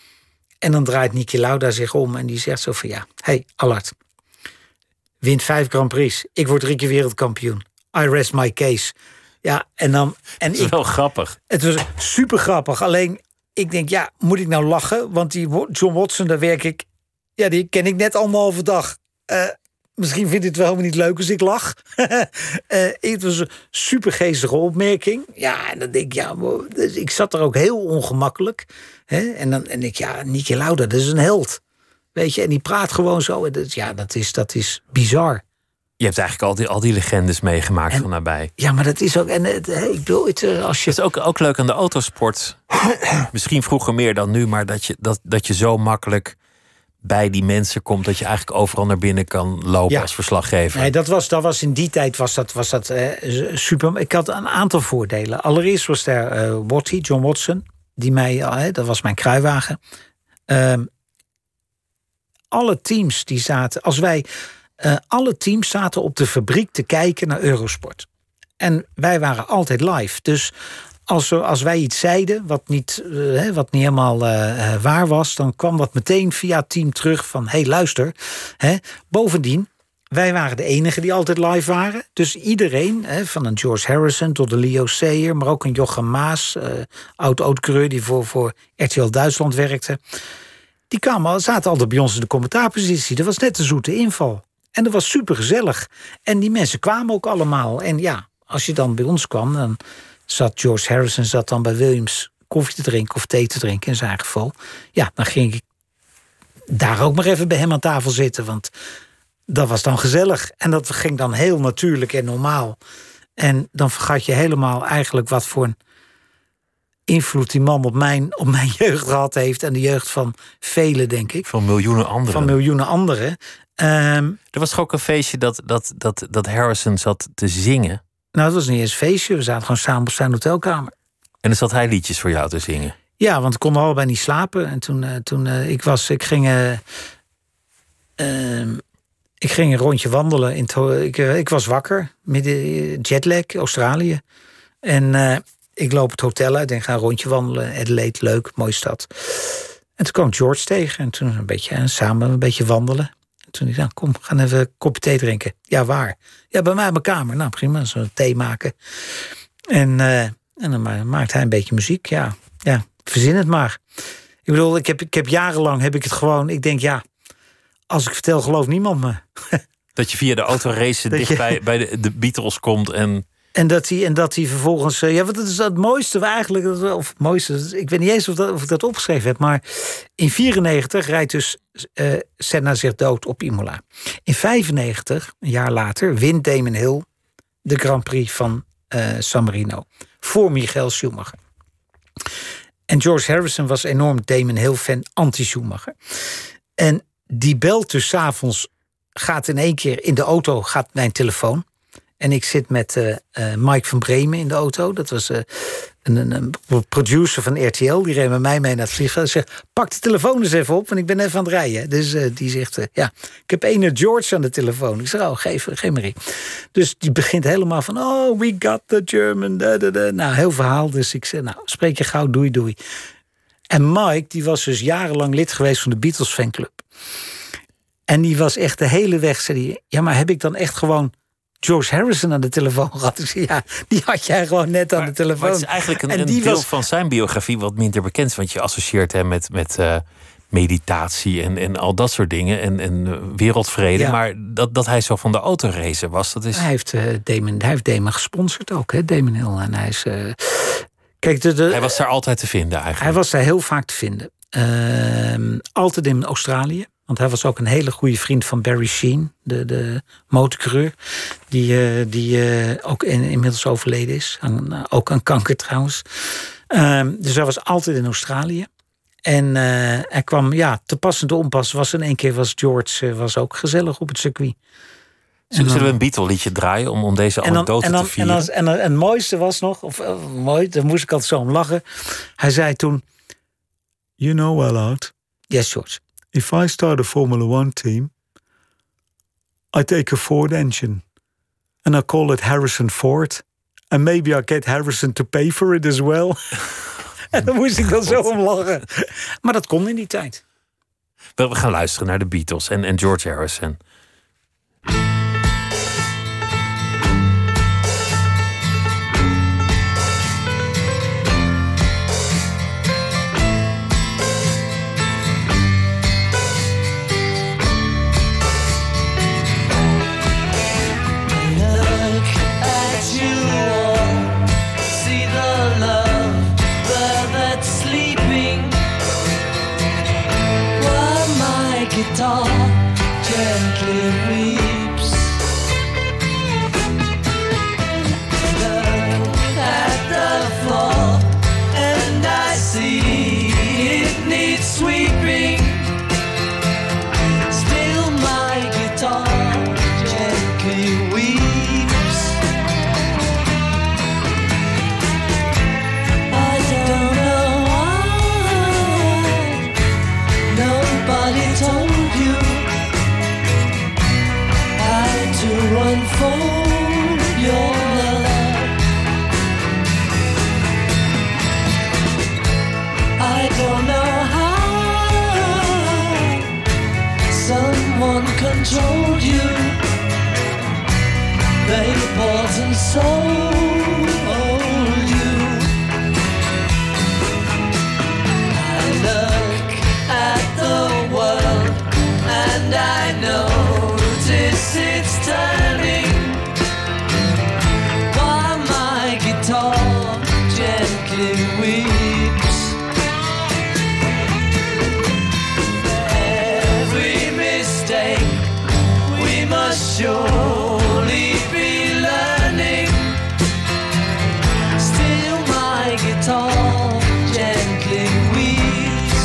En dan draait Niki Lauda zich om en die zegt zo van ja, hé, hey, Allard, wint vijf Grand Prix. Ik word drie keer wereldkampioen. I rest my case. Ja, en dan... En dat is ik, wel grappig. Het was super grappig. Alleen, ik denk, ja, moet ik nou lachen? Want die John Watson, daar werk ik... Ja, die ken ik net anderhalve dag. Uh, misschien vindt het wel helemaal niet leuk als ik lach. uh, het was een super geestige opmerking. Ja, en dan denk ik, ja, dus ik zat er ook heel ongemakkelijk. Hè? En dan en ik, ja, Niki Lauda, dat is een held. Weet je, en die praat gewoon zo. En dat, ja, dat is, dat is bizar. Je hebt eigenlijk al die, al die legendes meegemaakt en, van nabij. Ja, maar dat is ook... En, ik bedoel, het, als je... Dat is ook, ook leuk aan de autosport. Misschien vroeger meer dan nu, maar dat je, dat, dat je zo makkelijk bij die mensen komt dat je eigenlijk overal naar binnen kan lopen ja. als verslaggever. Nee, dat was, dat was in die tijd was dat, was dat uh, super. Ik had een aantal voordelen. Allereerst was daar uh, Watty, John Watson, die mij, uh, dat was mijn kruiwagen. Uh, alle teams die zaten, als wij, uh, alle teams zaten op de fabriek te kijken naar Eurosport. En wij waren altijd live. Dus Als, als wij iets zeiden wat niet, uh, wat niet helemaal uh, waar was, dan kwam dat meteen via het team terug van, hé, hey, luister. Hè. Bovendien, wij waren de enigen die altijd live waren. Dus iedereen, hè, van een George Harrison tot de Leo Sayer, maar ook een Jochem Maas, uh, oud-oud-coureur die voor, voor R T L Duitsland werkte. Die kwamen, zaten altijd bij ons in de commentaarpositie. Dat was net een zoete inval. En dat was super gezellig. En die mensen kwamen ook allemaal. En ja, als je dan bij ons kwam, dan zat George Harrison zat dan bij Williams koffie te drinken of thee te drinken in zijn geval. Ja, dan ging ik daar ook maar even bij hem aan tafel zitten, want dat was dan gezellig. En dat ging dan heel natuurlijk en normaal. En dan vergat je helemaal eigenlijk wat voor een invloed die man op mijn, op mijn jeugd gehad heeft en de jeugd van velen, denk ik. Van miljoenen anderen. Van miljoenen anderen. Um, er was toch ook een feestje dat, dat, dat, dat Harrison zat te zingen? Nou, het was niet eens een feestje. We zaten gewoon samen op zijn hotelkamer. En dan zat hij liedjes voor jou te zingen? Ja, want we konden allebei niet slapen. En toen, uh, toen uh, ik was, ik ging, uh, uh, ik ging een rondje wandelen. In het, ik, uh, ik was wakker, midden jetlag, Australië. En uh, ik loop het hotel uit en ga een rondje wandelen. Adelaide, leuk, mooie stad. En toen kwam George tegen en toen een beetje, uh, samen een beetje wandelen. Toen ik dacht, kom, we gaan even een kopje thee drinken. Ja, waar? Ja, bij mij in mijn kamer. Nou, prima, zo thee maken. En, uh, en dan maakt hij een beetje muziek. Ja, ja, verzin het maar. Ik bedoel, ik heb, ik heb jarenlang heb ik het gewoon... Ik denk, ja, als ik vertel, gelooft niemand me. Dat je via de autorace dicht je... bij, bij de, de Beatles komt en... En dat hij, en dat hij vervolgens... Ja, want dat is het mooiste eigenlijk... Of het mooiste, ik weet niet eens of, dat, of ik dat opgeschreven heb... maar in vierennegentig rijdt dus uh, Senna zich dood op Imola. In vijfennegentig, een jaar later, wint Damon Hill... de Grand Prix van uh, San Marino. Voor Michael Schumacher. En George Harrison was enorm Damon Hill-fan, anti-Schumacher. En die belt dus 's avonds... gaat in één keer in de auto, gaat mijn telefoon... En ik zit met uh, uh, Mike van Bremen in de auto. Dat was uh, een, een, een producer van R T L. Die reed met mij mee naar het vliegveld. Hij zegt, pak de telefoon eens even op, want ik ben even aan het rijden. Dus uh, die zegt, uh, ja, ik heb ene George aan de telefoon. Ik zeg, oh, geef, geef maar in. Dus die begint helemaal van, oh, we got the German. Da, da, da. Nou, heel verhaal. Dus ik zeg, nou, spreek je gauw, doei, doei. En Mike, die was dus jarenlang lid geweest van de Beatles fanclub. En die was echt de hele weg, zei hij, ja, maar heb ik dan echt gewoon... George Harrison aan de telefoon gehad. Dus ja, die had jij gewoon net aan maar, de telefoon. Maar het is eigenlijk een, een deel was... van zijn biografie wat minder bekend is. Want je associeert hem met, met uh, meditatie en, en al dat soort dingen. En, en wereldvrede. Ja. Maar dat, dat hij zo van de autoracen was, dat is... Hij heeft, uh, Damon, hij heeft Damon gesponsord ook, hè, Damon Hill. En hij is... Uh... Kijk, de, de... Hij was daar altijd te vinden eigenlijk. Hij was daar heel vaak te vinden. Uh, altijd in Australië. Want hij was ook een hele goede vriend van Barry Sheene, de, de motorcoureur. Die, uh, die uh, ook in, inmiddels overleden is. Aan, uh, ook aan kanker trouwens. Uh, dus hij was altijd in Australië. En uh, hij kwam, ja, te pas en te onpas. Was in één keer was George uh, was ook gezellig op het circuit. Zullen, zullen we een Beatle-liedje draaien om, om deze en dan, anekdote en dan, te vieren? En, dan, en, dan, en het mooiste was nog, of uh, mooi, daar moest ik altijd zo om lachen. Hij zei toen, you know well out. Yes, George. If I start a Formula One team, I take a Ford engine and I call it Harrison Ford. And maybe I get Harrison to pay for it as well. En dan moest ik dan zo om lachen. Maar dat kon in die tijd. We gaan luisteren naar de Beatles en, en George Harrison. guitar gently weeps. Look at the floor and I see it needs sweeping. Still my guitar gently weeps. I don't know why nobody told you how to unfold your love. I don't know how someone controlled you. They bought and sold you. I look at the world and I notice it's turning. While my guitar gently weeps. Every mistake we must surely be learning. Still my guitar gently weeps.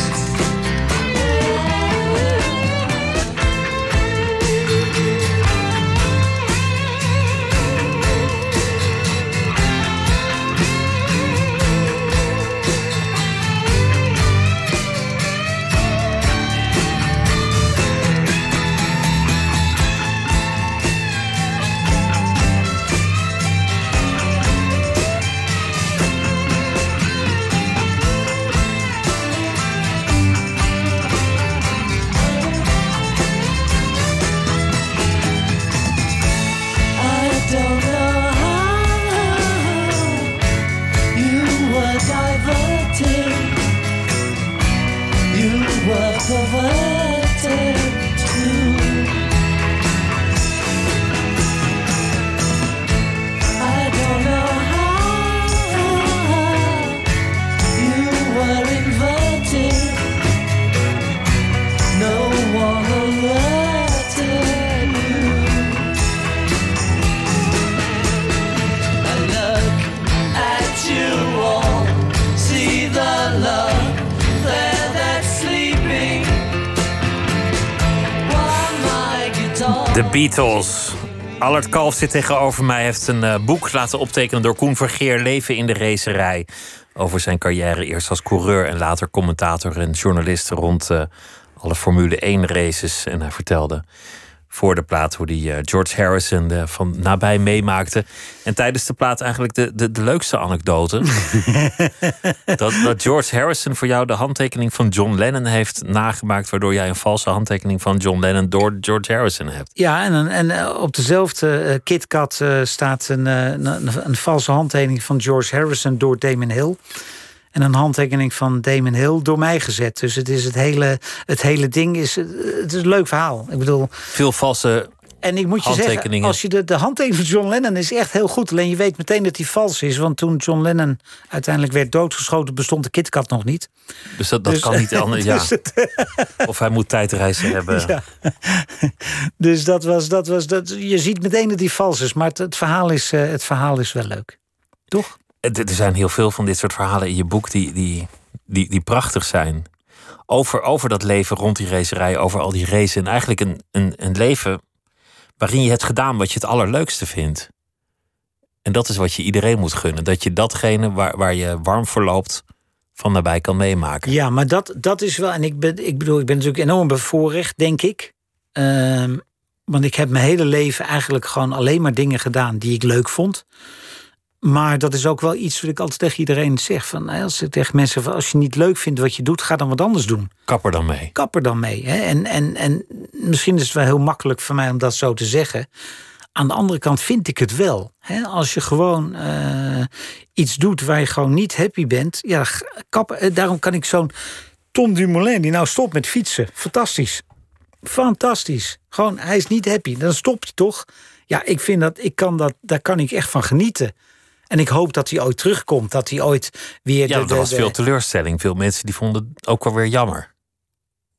I don't know how you were diverted, you were perverted too. I don't know how you were inverted, no one alerted you. I look at you all, see the love there that's sleeping. While my guitar. De Beatles. Allard Kalf zit tegenover mij. Heeft een uh, boek laten optekenen door Koen Vergeer. Leven in de racerij. Over zijn carrière. Eerst als coureur en later commentator en journalist rond uh, alle Formule één races. En hij vertelde voor de plaat hoe hij uh, George Harrison uh, van nabij meemaakte. En tijdens de plaat eigenlijk de, de, de leukste anekdote. dat, dat George Harrison voor jou de handtekening van John Lennon heeft nagemaakt, waardoor jij een valse handtekening van John Lennon door George Harrison hebt. Ja, en, en op dezelfde uh, KitKat uh, staat een, uh, een, een valse handtekening van George Harrison door Damon Hill. En een handtekening van Damon Hill door mij gezet. Dus het is het hele, het hele ding is, het is een leuk verhaal. Ik bedoel, veel valse en ik moet je zeggen, als je de, de handtekening van John Lennon is echt heel goed. Alleen je weet meteen dat die vals is. Want toen John Lennon uiteindelijk werd doodgeschoten, bestond de KitKat nog niet. Dus dat, dat dus, kan niet anders. Ja. Dus het, of hij moet tijdreizen hebben. Ja. Dus dat was, dat was dat. Je ziet meteen dat die vals is. Maar het, het, verhaal, is, uh, het verhaal is wel leuk. Toch? Er zijn heel veel van dit soort verhalen in je boek die, die, die, die prachtig zijn. Over, over dat leven rond die racerij, over al die racen. En eigenlijk een, een, een leven waarin je hebt gedaan wat je het allerleukste vindt. En dat is wat je iedereen moet gunnen. Dat je datgene waar, waar je warm voor loopt van nabij kan meemaken. Ja, maar dat, dat is wel... En ik, ben, ik bedoel, ik ben natuurlijk enorm bevoorrecht, denk ik. Uh, want ik heb mijn hele leven eigenlijk gewoon alleen maar dingen gedaan die ik leuk vond. Maar dat is ook wel iets wat ik altijd tegen iedereen zeg. Van, als ik tegen mensen van, als je niet leuk vindt wat je doet, ga dan wat anders doen. Kap er dan mee. Kap er dan mee. Hè? En, en, en misschien is het wel heel makkelijk voor mij om dat zo te zeggen. Aan de andere kant vind ik het wel. Hè? Als je gewoon uh, iets doet waar je gewoon niet happy bent. Ja, kap, daarom kan ik zo'n Tom Dumoulin die nou stopt met fietsen. Fantastisch. Fantastisch. Gewoon, hij is niet happy. Dan stopt hij toch. Ja, ik vind dat, ik kan dat, daar kan ik echt van genieten. En ik hoop dat hij ooit terugkomt. Dat hij ooit weer... Ja, de, er was de, veel teleurstelling. Veel mensen die vonden het ook wel weer jammer.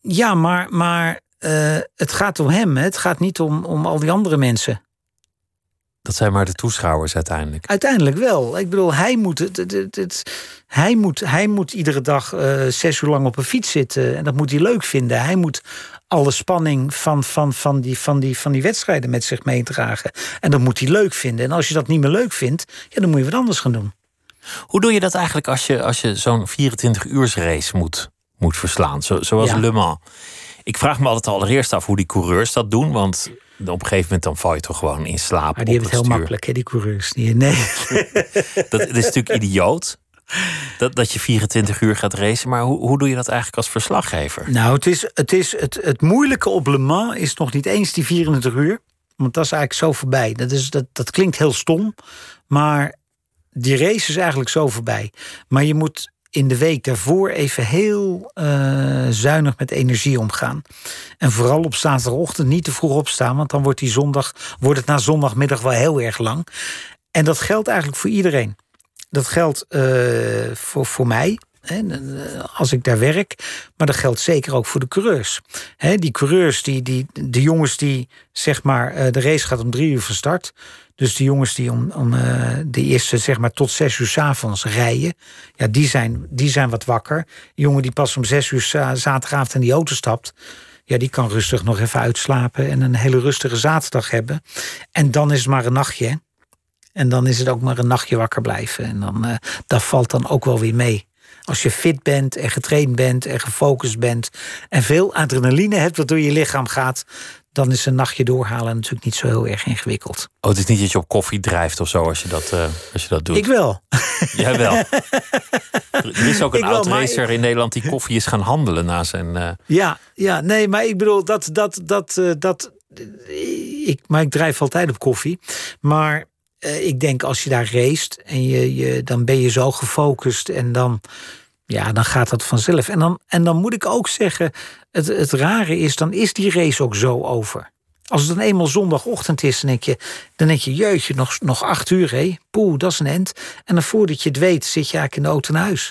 Ja, maar, maar uh, het gaat om hem. Hè? Het gaat niet om, om al die andere mensen. Dat zijn maar de toeschouwers uiteindelijk. Uiteindelijk wel. Ik bedoel, hij moet, het, het, het, het, hij moet, hij moet iedere dag uh, zes uur lang op een fiets zitten. En dat moet hij leuk vinden. Hij moet alle spanning van, van, van, die, van, die, van die wedstrijden met zich meedragen. En dat moet hij leuk vinden. En als je dat niet meer leuk vindt, ja, dan moet je wat anders gaan doen. Hoe doe je dat eigenlijk als je, als je zo'n vierentwintig-uursrace moet, moet verslaan? Zo, zoals ja. Le Mans. Ik vraag me altijd allereerst af hoe die coureurs dat doen. Want op een gegeven moment dan val je toch gewoon in slaap. Maar die hebben het heel stuur. makkelijk, hè, die coureurs. Die, nee. dat, dat is natuurlijk idioot. Dat, dat je vierentwintig uur gaat racen. Maar hoe, hoe doe je dat eigenlijk als verslaggever? Nou, het, is, het, is, het, het moeilijke op Le Mans is nog niet eens die vierentwintig uur. Want dat is eigenlijk zo voorbij. Dat, is, dat, dat klinkt heel stom. Maar die race is eigenlijk zo voorbij. Maar je moet in de week daarvoor even heel uh, zuinig met energie omgaan. En vooral op zaterdagochtend niet te vroeg opstaan. Want dan wordt, die zondag, wordt het na zondagmiddag wel heel erg lang. En dat geldt eigenlijk voor iedereen. Dat geldt uh, voor, voor mij, hè, als ik daar werk. Maar dat geldt zeker ook voor de coureurs. Hè, die coureurs, die, die, de jongens die, zeg maar, uh, de race gaat om drie uur van start. Dus de jongens die om, om uh, de eerste, zeg maar, tot zes uur 's avonds rijden. Ja, die zijn, die zijn wat wakker. De jongen die pas om zes uur zaterdagavond in die auto stapt. Ja, die kan rustig nog even uitslapen en een hele rustige zaterdag hebben. En dan is het maar een nachtje, hè. En dan is het ook maar een nachtje wakker blijven. En dan, uh, dat valt dan ook wel weer mee. Als je fit bent en getraind bent en gefocust bent en veel adrenaline hebt wat door je lichaam gaat, dan is een nachtje doorhalen natuurlijk niet zo heel erg ingewikkeld. Oh, het is niet dat je op koffie drijft of zo als je dat, uh, als je dat doet? Ik wel. Jij wel. Er is ook een oud-racer ik... in Nederland die koffie is gaan handelen na zijn... Uh... Ja, ja, nee, maar ik bedoel, dat... dat, dat, uh, dat ik, maar ik drijf altijd op koffie. Maar uh, ik denk als je daar racet en je, je, dan ben je zo gefocust en dan... Ja, dan gaat dat vanzelf. En dan, en dan moet ik ook zeggen, het, het rare is, dan is die race ook zo over. Als het dan eenmaal zondagochtend is, dan denk je, dan denk je jeutje, nog, nog acht uur, hé. Poeh, dat is een end. En dan voordat je het weet, zit je eigenlijk in de auto naar huis.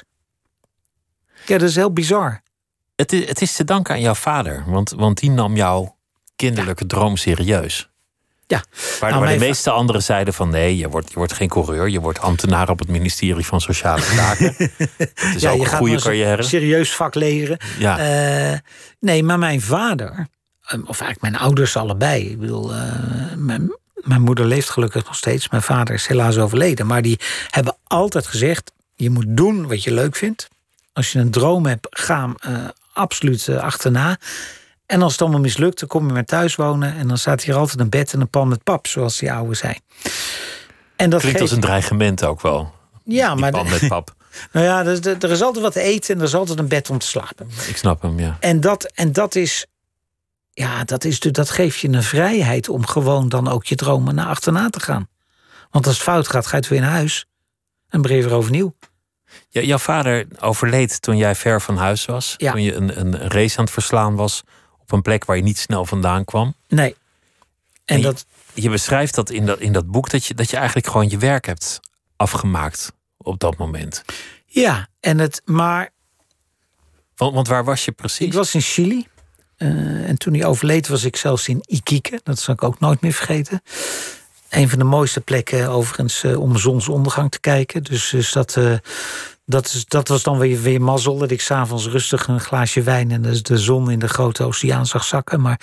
Ja, dat is heel bizar. Het is, het is te danken aan jouw vader, want, want die nam jouw kinderlijke ja. droom serieus. Ja. Waar, nou, waar de meeste va- anderen zeiden van nee, je wordt, je wordt geen coureur, je wordt ambtenaar op het ministerie van Sociale Zaken. Het is ja, ook een goede carrière. Een serieus vak leren. Ja. Uh, nee, maar mijn vader, of eigenlijk mijn ouders allebei. Ik bedoel, uh, mijn, mijn moeder leeft gelukkig nog steeds. Mijn vader is helaas overleden. Maar die hebben altijd gezegd, je moet doen wat je leuk vindt. Als je een droom hebt, ga hem uh, absoluut uh, achterna. En als het allemaal mislukt, dan kom je maar thuis wonen. En dan staat hier altijd een bed en een pan met pap, zoals die oude zijn. En dat klinkt geeft... als een dreigement ook wel. Ja, die maar pan met pap. Nou ja, er, er is altijd wat te eten en er is altijd een bed om te slapen. Ik snap hem, ja. En dat, en dat is... Ja, dat, is, dat geeft je een vrijheid om gewoon dan ook je dromen naar achterna te gaan. Want als het fout gaat, ga je het weer naar huis. En begin je weer overnieuw. Ja, jouw vader overleed toen jij ver van huis was. Ja. Toen je een, een race aan het verslaan was op een plek waar je niet snel vandaan kwam. Nee. En, en dat... je, je beschrijft dat in dat, in dat boek dat je, dat je eigenlijk gewoon je werk hebt afgemaakt op dat moment. Ja, en het maar. Want, want waar was je precies? Ik was in Chili. Uh, en toen hij overleed was ik zelfs in Iquique. Dat zal ik ook nooit meer vergeten. Een van de mooiste plekken overigens uh, om zonsondergang te kijken. Dus, dus dat, uh, dat, is, dat was dan weer, weer mazzel. Dat ik 's avonds rustig een glaasje wijn en dus de zon in de grote oceaan zag zakken. Maar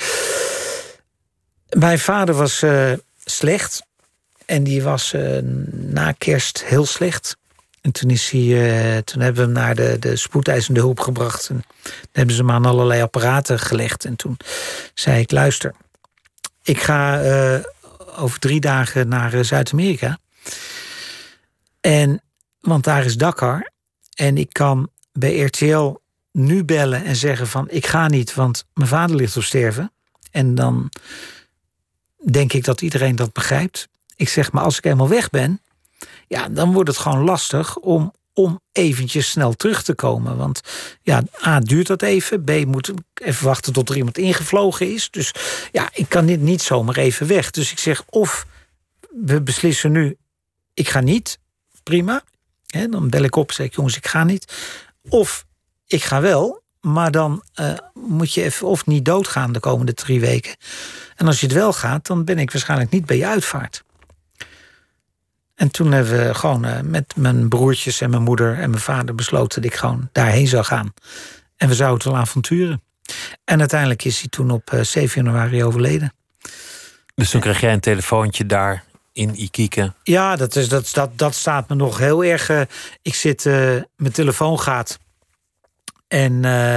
mijn vader was uh, slecht. En die was uh, na kerst heel slecht. En toen, is hij, uh, toen hebben we hem naar de, de spoedeisende hulp gebracht. En toen hebben ze hem aan allerlei apparaten gelegd. En toen zei ik, luister, ik ga uh, over drie dagen naar uh, Zuid-Amerika. En, want daar is Dakar. En ik kan bij R T L nu bellen en zeggen van, ik ga niet, want mijn vader ligt op sterven. En dan denk ik dat iedereen dat begrijpt. Ik zeg, maar als ik eenmaal weg ben, ja, dan wordt het gewoon lastig om, om eventjes snel terug te komen. Want ja, A, duurt dat even. B, moet ik even wachten tot er iemand ingevlogen is. Dus ja, ik kan dit niet zomaar even weg. Dus ik zeg, of we beslissen nu, ik ga niet. Prima. He, dan bel ik op en zeg ik, jongens, ik ga niet. Of ik ga wel, maar dan uh, moet je even of niet doodgaan de komende drie weken. En als je het wel gaat, dan ben ik waarschijnlijk niet bij je uitvaart. En toen hebben we gewoon uh, met mijn broertjes en mijn moeder en mijn vader besloten dat ik gewoon daarheen zou gaan. En we zouden het wel avonturen. En uiteindelijk is hij toen op uh, zeven januari overleden. Dus toen kreeg jij een telefoontje daar in Iquique. Ja, dat, is, dat, dat, dat staat me nog heel erg. Uh, ik zit, uh, mijn telefoon gaat. En uh,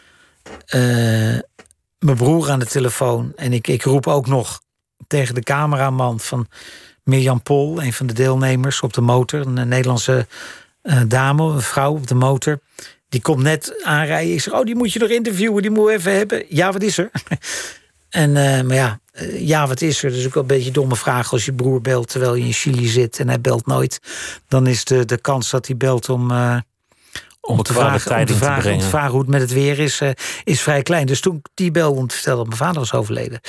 uh, mijn broer aan de telefoon. En ik, ik roep ook nog tegen de cameraman van Mirjam Pol, een van de deelnemers op de motor. Een Nederlandse uh, dame, een vrouw op de motor. Die komt net aanrijden. Ik zeg, oh, die moet je nog interviewen, die moet we even hebben. Ja, wat is er? En, uh, maar ja, uh, ja, wat is er? Dat is ook wel een beetje een domme vraag als je broer belt terwijl je in Chili zit en hij belt nooit. Dan is de, de kans dat hij belt om, uh, om, te vragen, om, te vragen, te om te vragen hoe het met het weer is, uh, is vrij klein. Dus toen die belde om te vertellen dat mijn vader was overleden.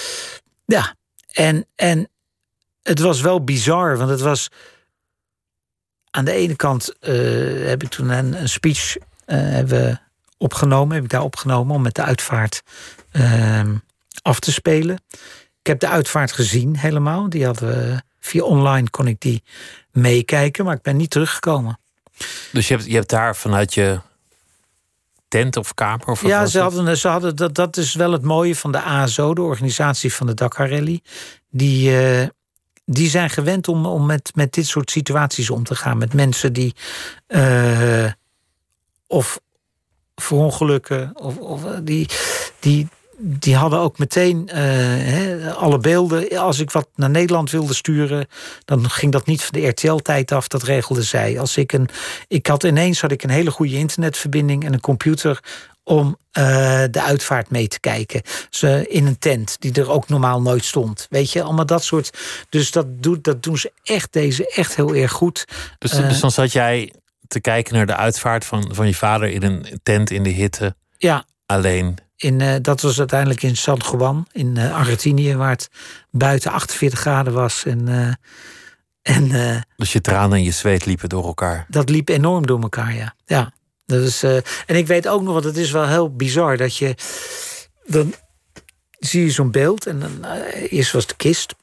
Ja, en, en het was wel bizar, want het was aan de ene kant uh, heb ik toen een, een speech uh, hebben opgenomen, heb ik daar opgenomen om met de uitvaart uh, af te spelen. Ik heb de uitvaart gezien helemaal. Die hadden we, via online kon ik die meekijken, maar ik ben niet teruggekomen. Dus je hebt, je hebt daar vanuit je tent of kamer? Of ja, ze hadden, ze hadden dat, dat is wel het mooie van de A S O, de organisatie van de Dakar Rally. Die, uh, die zijn gewend om, om met, met dit soort situaties om te gaan. Met mensen die uh, of verongelukken of, of die, die, die hadden ook meteen uh, he, alle beelden. Als ik wat naar Nederland wilde sturen, dan ging dat niet van de R T L-tijd af. Dat regelde zij. Als ik een, ik had ineens had ik een hele goede internetverbinding en een computer om uh, de uitvaart mee te kijken. Ze in een tent die er ook normaal nooit stond. Weet je, allemaal dat soort. Dus dat, doet, dat doen ze echt, deze echt heel erg goed. Dus, uh, dus dan zat jij te kijken naar de uitvaart van, van je vader in een tent in de hitte. Ja. Alleen. In, uh, dat was uiteindelijk in San Juan, in uh, Argentinië, waar het buiten achtenveertig graden was. En, uh, en, uh, dus je tranen en je zweet liepen door elkaar. Dat liep enorm door elkaar, ja. ja. Dat is, uh, en ik weet ook nog, want het is wel heel bizar, dat je dan zie je zo'n beeld en dan uh, eerst was de kist.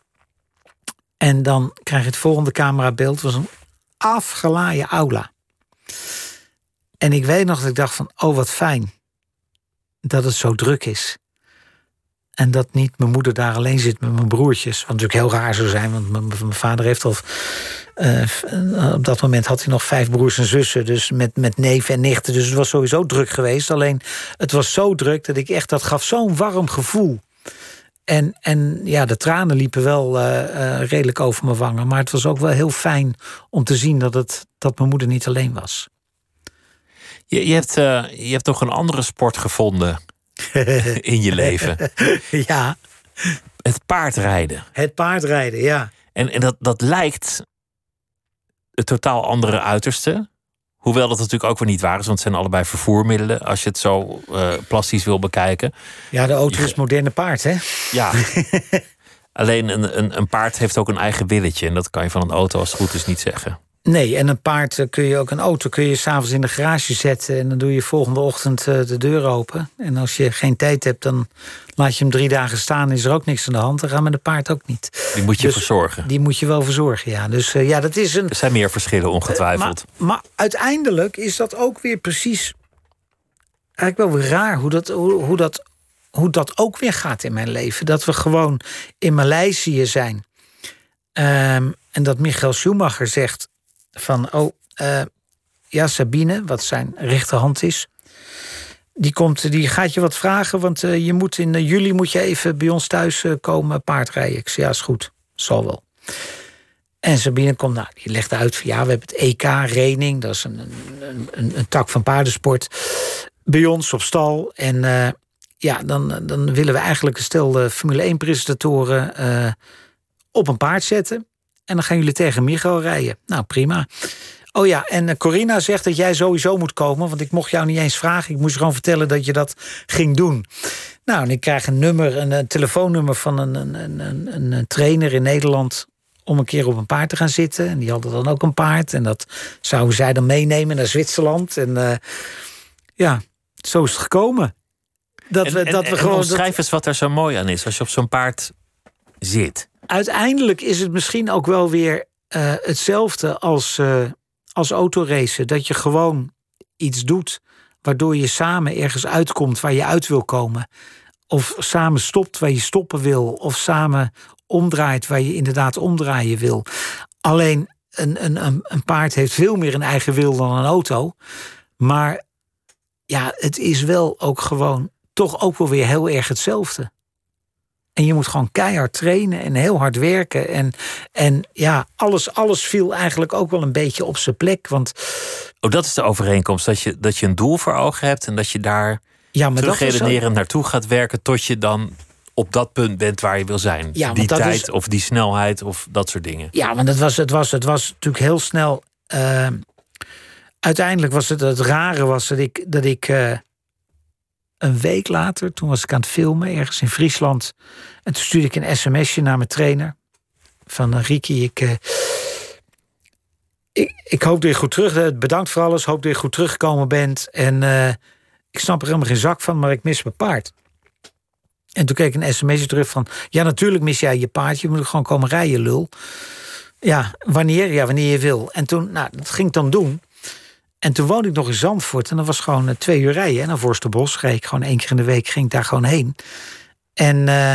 En dan krijg je het volgende camerabeeld, was een afgelaaien aula. En ik weet nog dat ik dacht van, oh wat fijn dat het zo druk is. En dat niet mijn moeder daar alleen zit met mijn broertjes. Wat natuurlijk heel raar zou zijn, want mijn, mijn vader heeft al Uh, op dat moment had hij nog vijf broers en zussen, dus met, met neven en nichten. Dus het was sowieso druk geweest. Alleen het was zo druk dat ik echt, dat gaf zo'n warm gevoel. En, en ja, de tranen liepen wel uh, uh, redelijk over mijn wangen. Maar het was ook wel heel fijn om te zien dat, het, dat mijn moeder niet alleen was. Je, je, hebt, uh, je hebt toch een andere sport gevonden in je leven. Ja. Het paardrijden. Het paardrijden, ja. En, en dat, dat lijkt het totaal andere uiterste. Hoewel dat natuurlijk ook weer niet waar is, want het zijn allebei vervoermiddelen, als je het zo uh, plastisch wil bekijken. Ja, de auto is het moderne paard, hè? Ja. Alleen een, een, een paard heeft ook een eigen willetje. En dat kan je van een auto als het goed is niet zeggen. Nee, en een paard kun je ook, een auto kun je s'avonds in de garage zetten en dan doe je volgende ochtend de deur open. En als je geen tijd hebt, dan laat je hem drie dagen staan, is er ook niks aan de hand. Dan gaan met een paard ook niet. Die moet je dus verzorgen. Die moet je wel verzorgen, ja. Dus uh, ja, dat is een. Er zijn meer verschillen, ongetwijfeld. Uh, maar, maar uiteindelijk is dat ook weer precies, eigenlijk wel weer raar hoe dat, hoe, hoe dat, hoe dat ook weer gaat in mijn leven. Dat we gewoon in Maleisië zijn. Um, en dat Michael Schumacher zegt van, oh, uh, ja, Sabine, wat zijn rechterhand is, die, komt, die gaat je wat vragen, want uh, je moet in uh, juli moet je even bij ons thuis uh, komen paardrijden. Ik zei, ja, is goed, zal wel. En Sabine komt, nou, die legt uit van, ja, we hebben het E K-reining, dat is een, een, een, een tak van paardensport, bij ons op stal. En uh, ja, dan, dan willen we eigenlijk een stel uh, Formule één-presentatoren uh, op een paard zetten. En dan gaan jullie tegen Michael rijden. Nou, prima. Oh ja, en Corina zegt dat jij sowieso moet komen, want ik mocht jou niet eens vragen. Ik moest gewoon vertellen dat je dat ging doen. Nou, en ik krijg een nummer, een, een telefoonnummer van een, een, een, een trainer in Nederland om een keer op een paard te gaan zitten. En die hadden dan ook een paard. En dat zouden zij dan meenemen naar Zwitserland. En uh, ja, zo is het gekomen. Dat En, we, en, dat we en gewoon. omschrijf Dat, eens wat er zo mooi aan is als je op zo'n paard zit. uiteindelijk is het misschien ook wel weer uh, hetzelfde als, uh, als autoracen. Dat je gewoon iets doet waardoor je samen ergens uitkomt waar je uit wil komen. Of samen stopt waar je stoppen wil. Of samen omdraait waar je inderdaad omdraaien wil. Alleen een, een, een paard heeft veel meer een eigen wil dan een auto. Maar ja, het is wel ook gewoon toch ook wel weer heel erg hetzelfde. En je moet gewoon keihard trainen en heel hard werken. En, en ja, alles, alles viel eigenlijk ook wel een beetje op zijn plek. Want Oh, dat is de overeenkomst. Dat je, dat je een doel voor ogen hebt en dat je daar ja, maar dat is terugredenerend zo- naartoe gaat werken tot je dan op dat punt bent waar je wil zijn. Ja, want die dat tijd is- of die snelheid of dat soort dingen. Ja, want het was, het was, het was natuurlijk heel snel. Uh, uiteindelijk was het het rare was dat ik, dat ik uh, een week later, toen was ik aan het filmen ergens in Friesland. En toen stuurde ik een sms'je naar mijn trainer. Van uh, Ricky, ik, uh, ik, ik hoop dat je goed terug. Uh, bedankt voor alles, hoop dat je goed teruggekomen bent. En uh, ik snap er helemaal geen zak van, maar ik mis mijn paard. En toen kreeg ik een sms'je terug van... ja, natuurlijk mis jij je paard, je moet gewoon komen rijden, lul. Ja, wanneer? Ja, wanneer je wil. En toen, nou, dat ging ik dan doen. En toen woonde ik nog in Zandvoort. En dat was gewoon uh, twee uur rijden. En naar Voorsterbos reed ik gewoon één keer in de week. Ging ik daar gewoon heen. En, uh,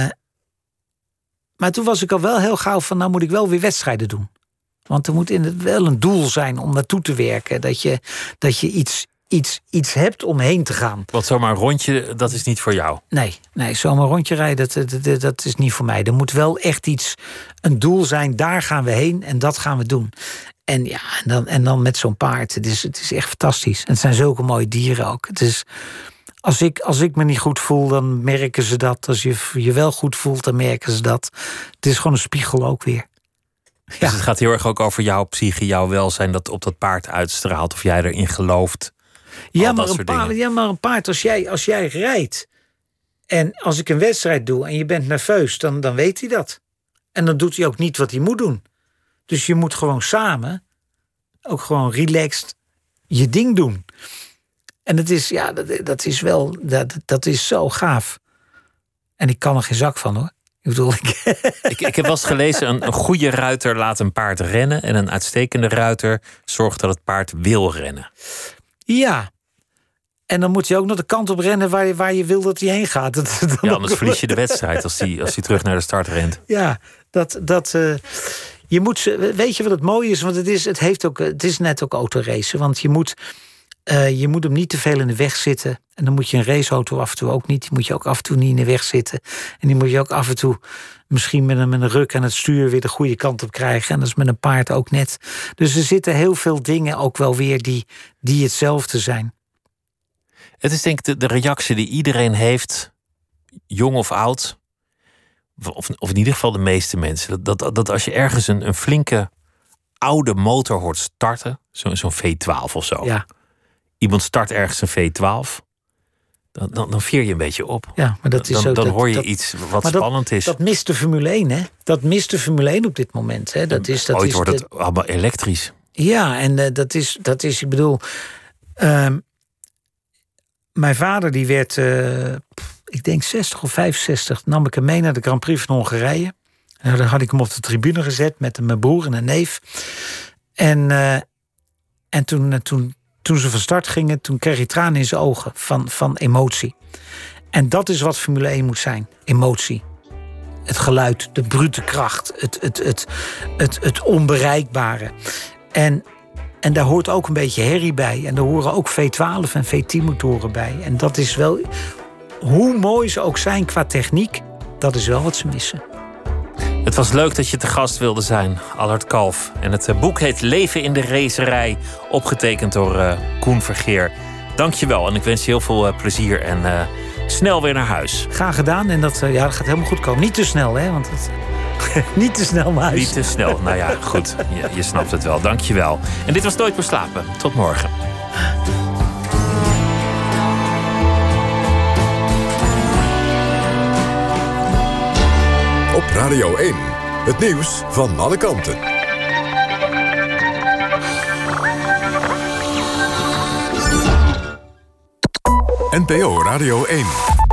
maar toen was ik al wel heel gauw van... nou moet ik wel weer wedstrijden doen. Want er moet in het wel een doel zijn om naartoe te werken. Dat je, dat je iets, iets, iets hebt om heen te gaan. Want zomaar een rondje, dat is niet voor jou. Nee, nee, zomaar een rondje rijden, dat, dat, dat is niet voor mij. Er moet wel echt iets, een doel zijn, daar gaan we heen en dat gaan we doen. En ja, en dan, en dan met zo'n paard, het is, het is echt fantastisch. En het zijn zulke mooie dieren ook. Het is, als, ik, als ik me niet goed voel, dan merken ze dat. Als je je wel goed voelt, dan merken ze dat. Het is gewoon een spiegel ook weer. Dus Ja. het gaat heel erg ook over jouw psyche, jouw welzijn... dat op dat paard uitstraalt of jij erin gelooft. Ja, Al maar dat een soort paard, dingen. ja, maar een paard, als jij, als jij rijdt... en als ik een wedstrijd doe en je bent nerveus, dan, dan weet hij dat. En dan doet hij ook niet wat hij moet doen. Dus je moet gewoon samen, ook gewoon relaxed, je ding doen. En dat is, ja, dat, dat is wel, dat, dat is zo gaaf. En ik kan er geen zak van, hoor. Ik bedoel, ik... Ik, ik heb wel eens gelezen, een, een goede ruiter laat een paard rennen... en een uitstekende ruiter zorgt dat het paard wil rennen. Ja. En dan moet je ook nog de kant op rennen waar je, waar je wil dat hij heen gaat. Dat, dat Ja, anders verlies je de wedstrijd als hij als die terug naar de start rent. Ja, dat... dat uh, je moet ze, weet je wat het mooie is? Want het is, het heeft ook, het is net ook autoracen. Want je moet, uh, je moet hem niet te veel in de weg zitten. En dan moet je een raceauto af en toe ook niet. Die moet je ook af en toe niet in de weg zitten. En die moet je ook af en toe misschien met een, met een ruk aan het stuur weer de goede kant op krijgen. En dat is met een paard ook net. Dus er zitten heel veel dingen ook wel weer die, die hetzelfde zijn. Het is denk ik de, de reactie die iedereen heeft, jong of oud... Of, of in ieder geval de meeste mensen. Dat, dat, dat als je ergens een, een flinke oude motor hoort starten. Zo, zo'n V twaalf of zo. Ja. Iemand start ergens een V twaalf. Dan, dan, dan veer je een beetje op. Ja, maar dat is dan zo, dan dat, hoor je dat, iets wat maar dat, spannend is. Dat mist de Formule één, hè? Dat mist de Formule één op dit moment. Hè? Dat is, dat Ooit is, wordt het dat, allemaal elektrisch. Ja, en uh, dat, is, dat is, ik bedoel... Uh, mijn vader die werd, uh, ik denk zestig of vijfenzestig... nam ik hem mee naar de Grand Prix van Hongarije. En dan had ik hem op de tribune gezet met mijn broer en een neef. En, uh, en toen, uh, toen, toen ze van start gingen, toen kreeg hij tranen in zijn ogen van, van emotie. En dat is wat Formule één moet zijn, emotie. Het geluid, de brute kracht, het, het, het, het, het onbereikbare. En... En daar hoort ook een beetje herrie bij. En daar horen ook V twaalf en V tien motoren bij. En dat is wel... Hoe mooi ze ook zijn qua techniek... dat is wel wat ze missen. Het was leuk dat je te gast wilde zijn, Allard Kalf. En het boek heet Leven in de Racerij. Opgetekend door uh, Koen Vergeer. Dank je wel en ik wens je heel veel uh, plezier. En uh, snel weer naar huis. Graag gedaan. En dat, uh, ja, dat gaat helemaal goed komen. Niet te snel, hè. Want het... Niet te snel naar huis. Niet te snel. Nou ja, goed. Je, je snapt het wel. Dank je wel. En dit was Nooit meer slapen. Tot morgen. Op Radio één. Het nieuws van alle kanten. N P O Radio één.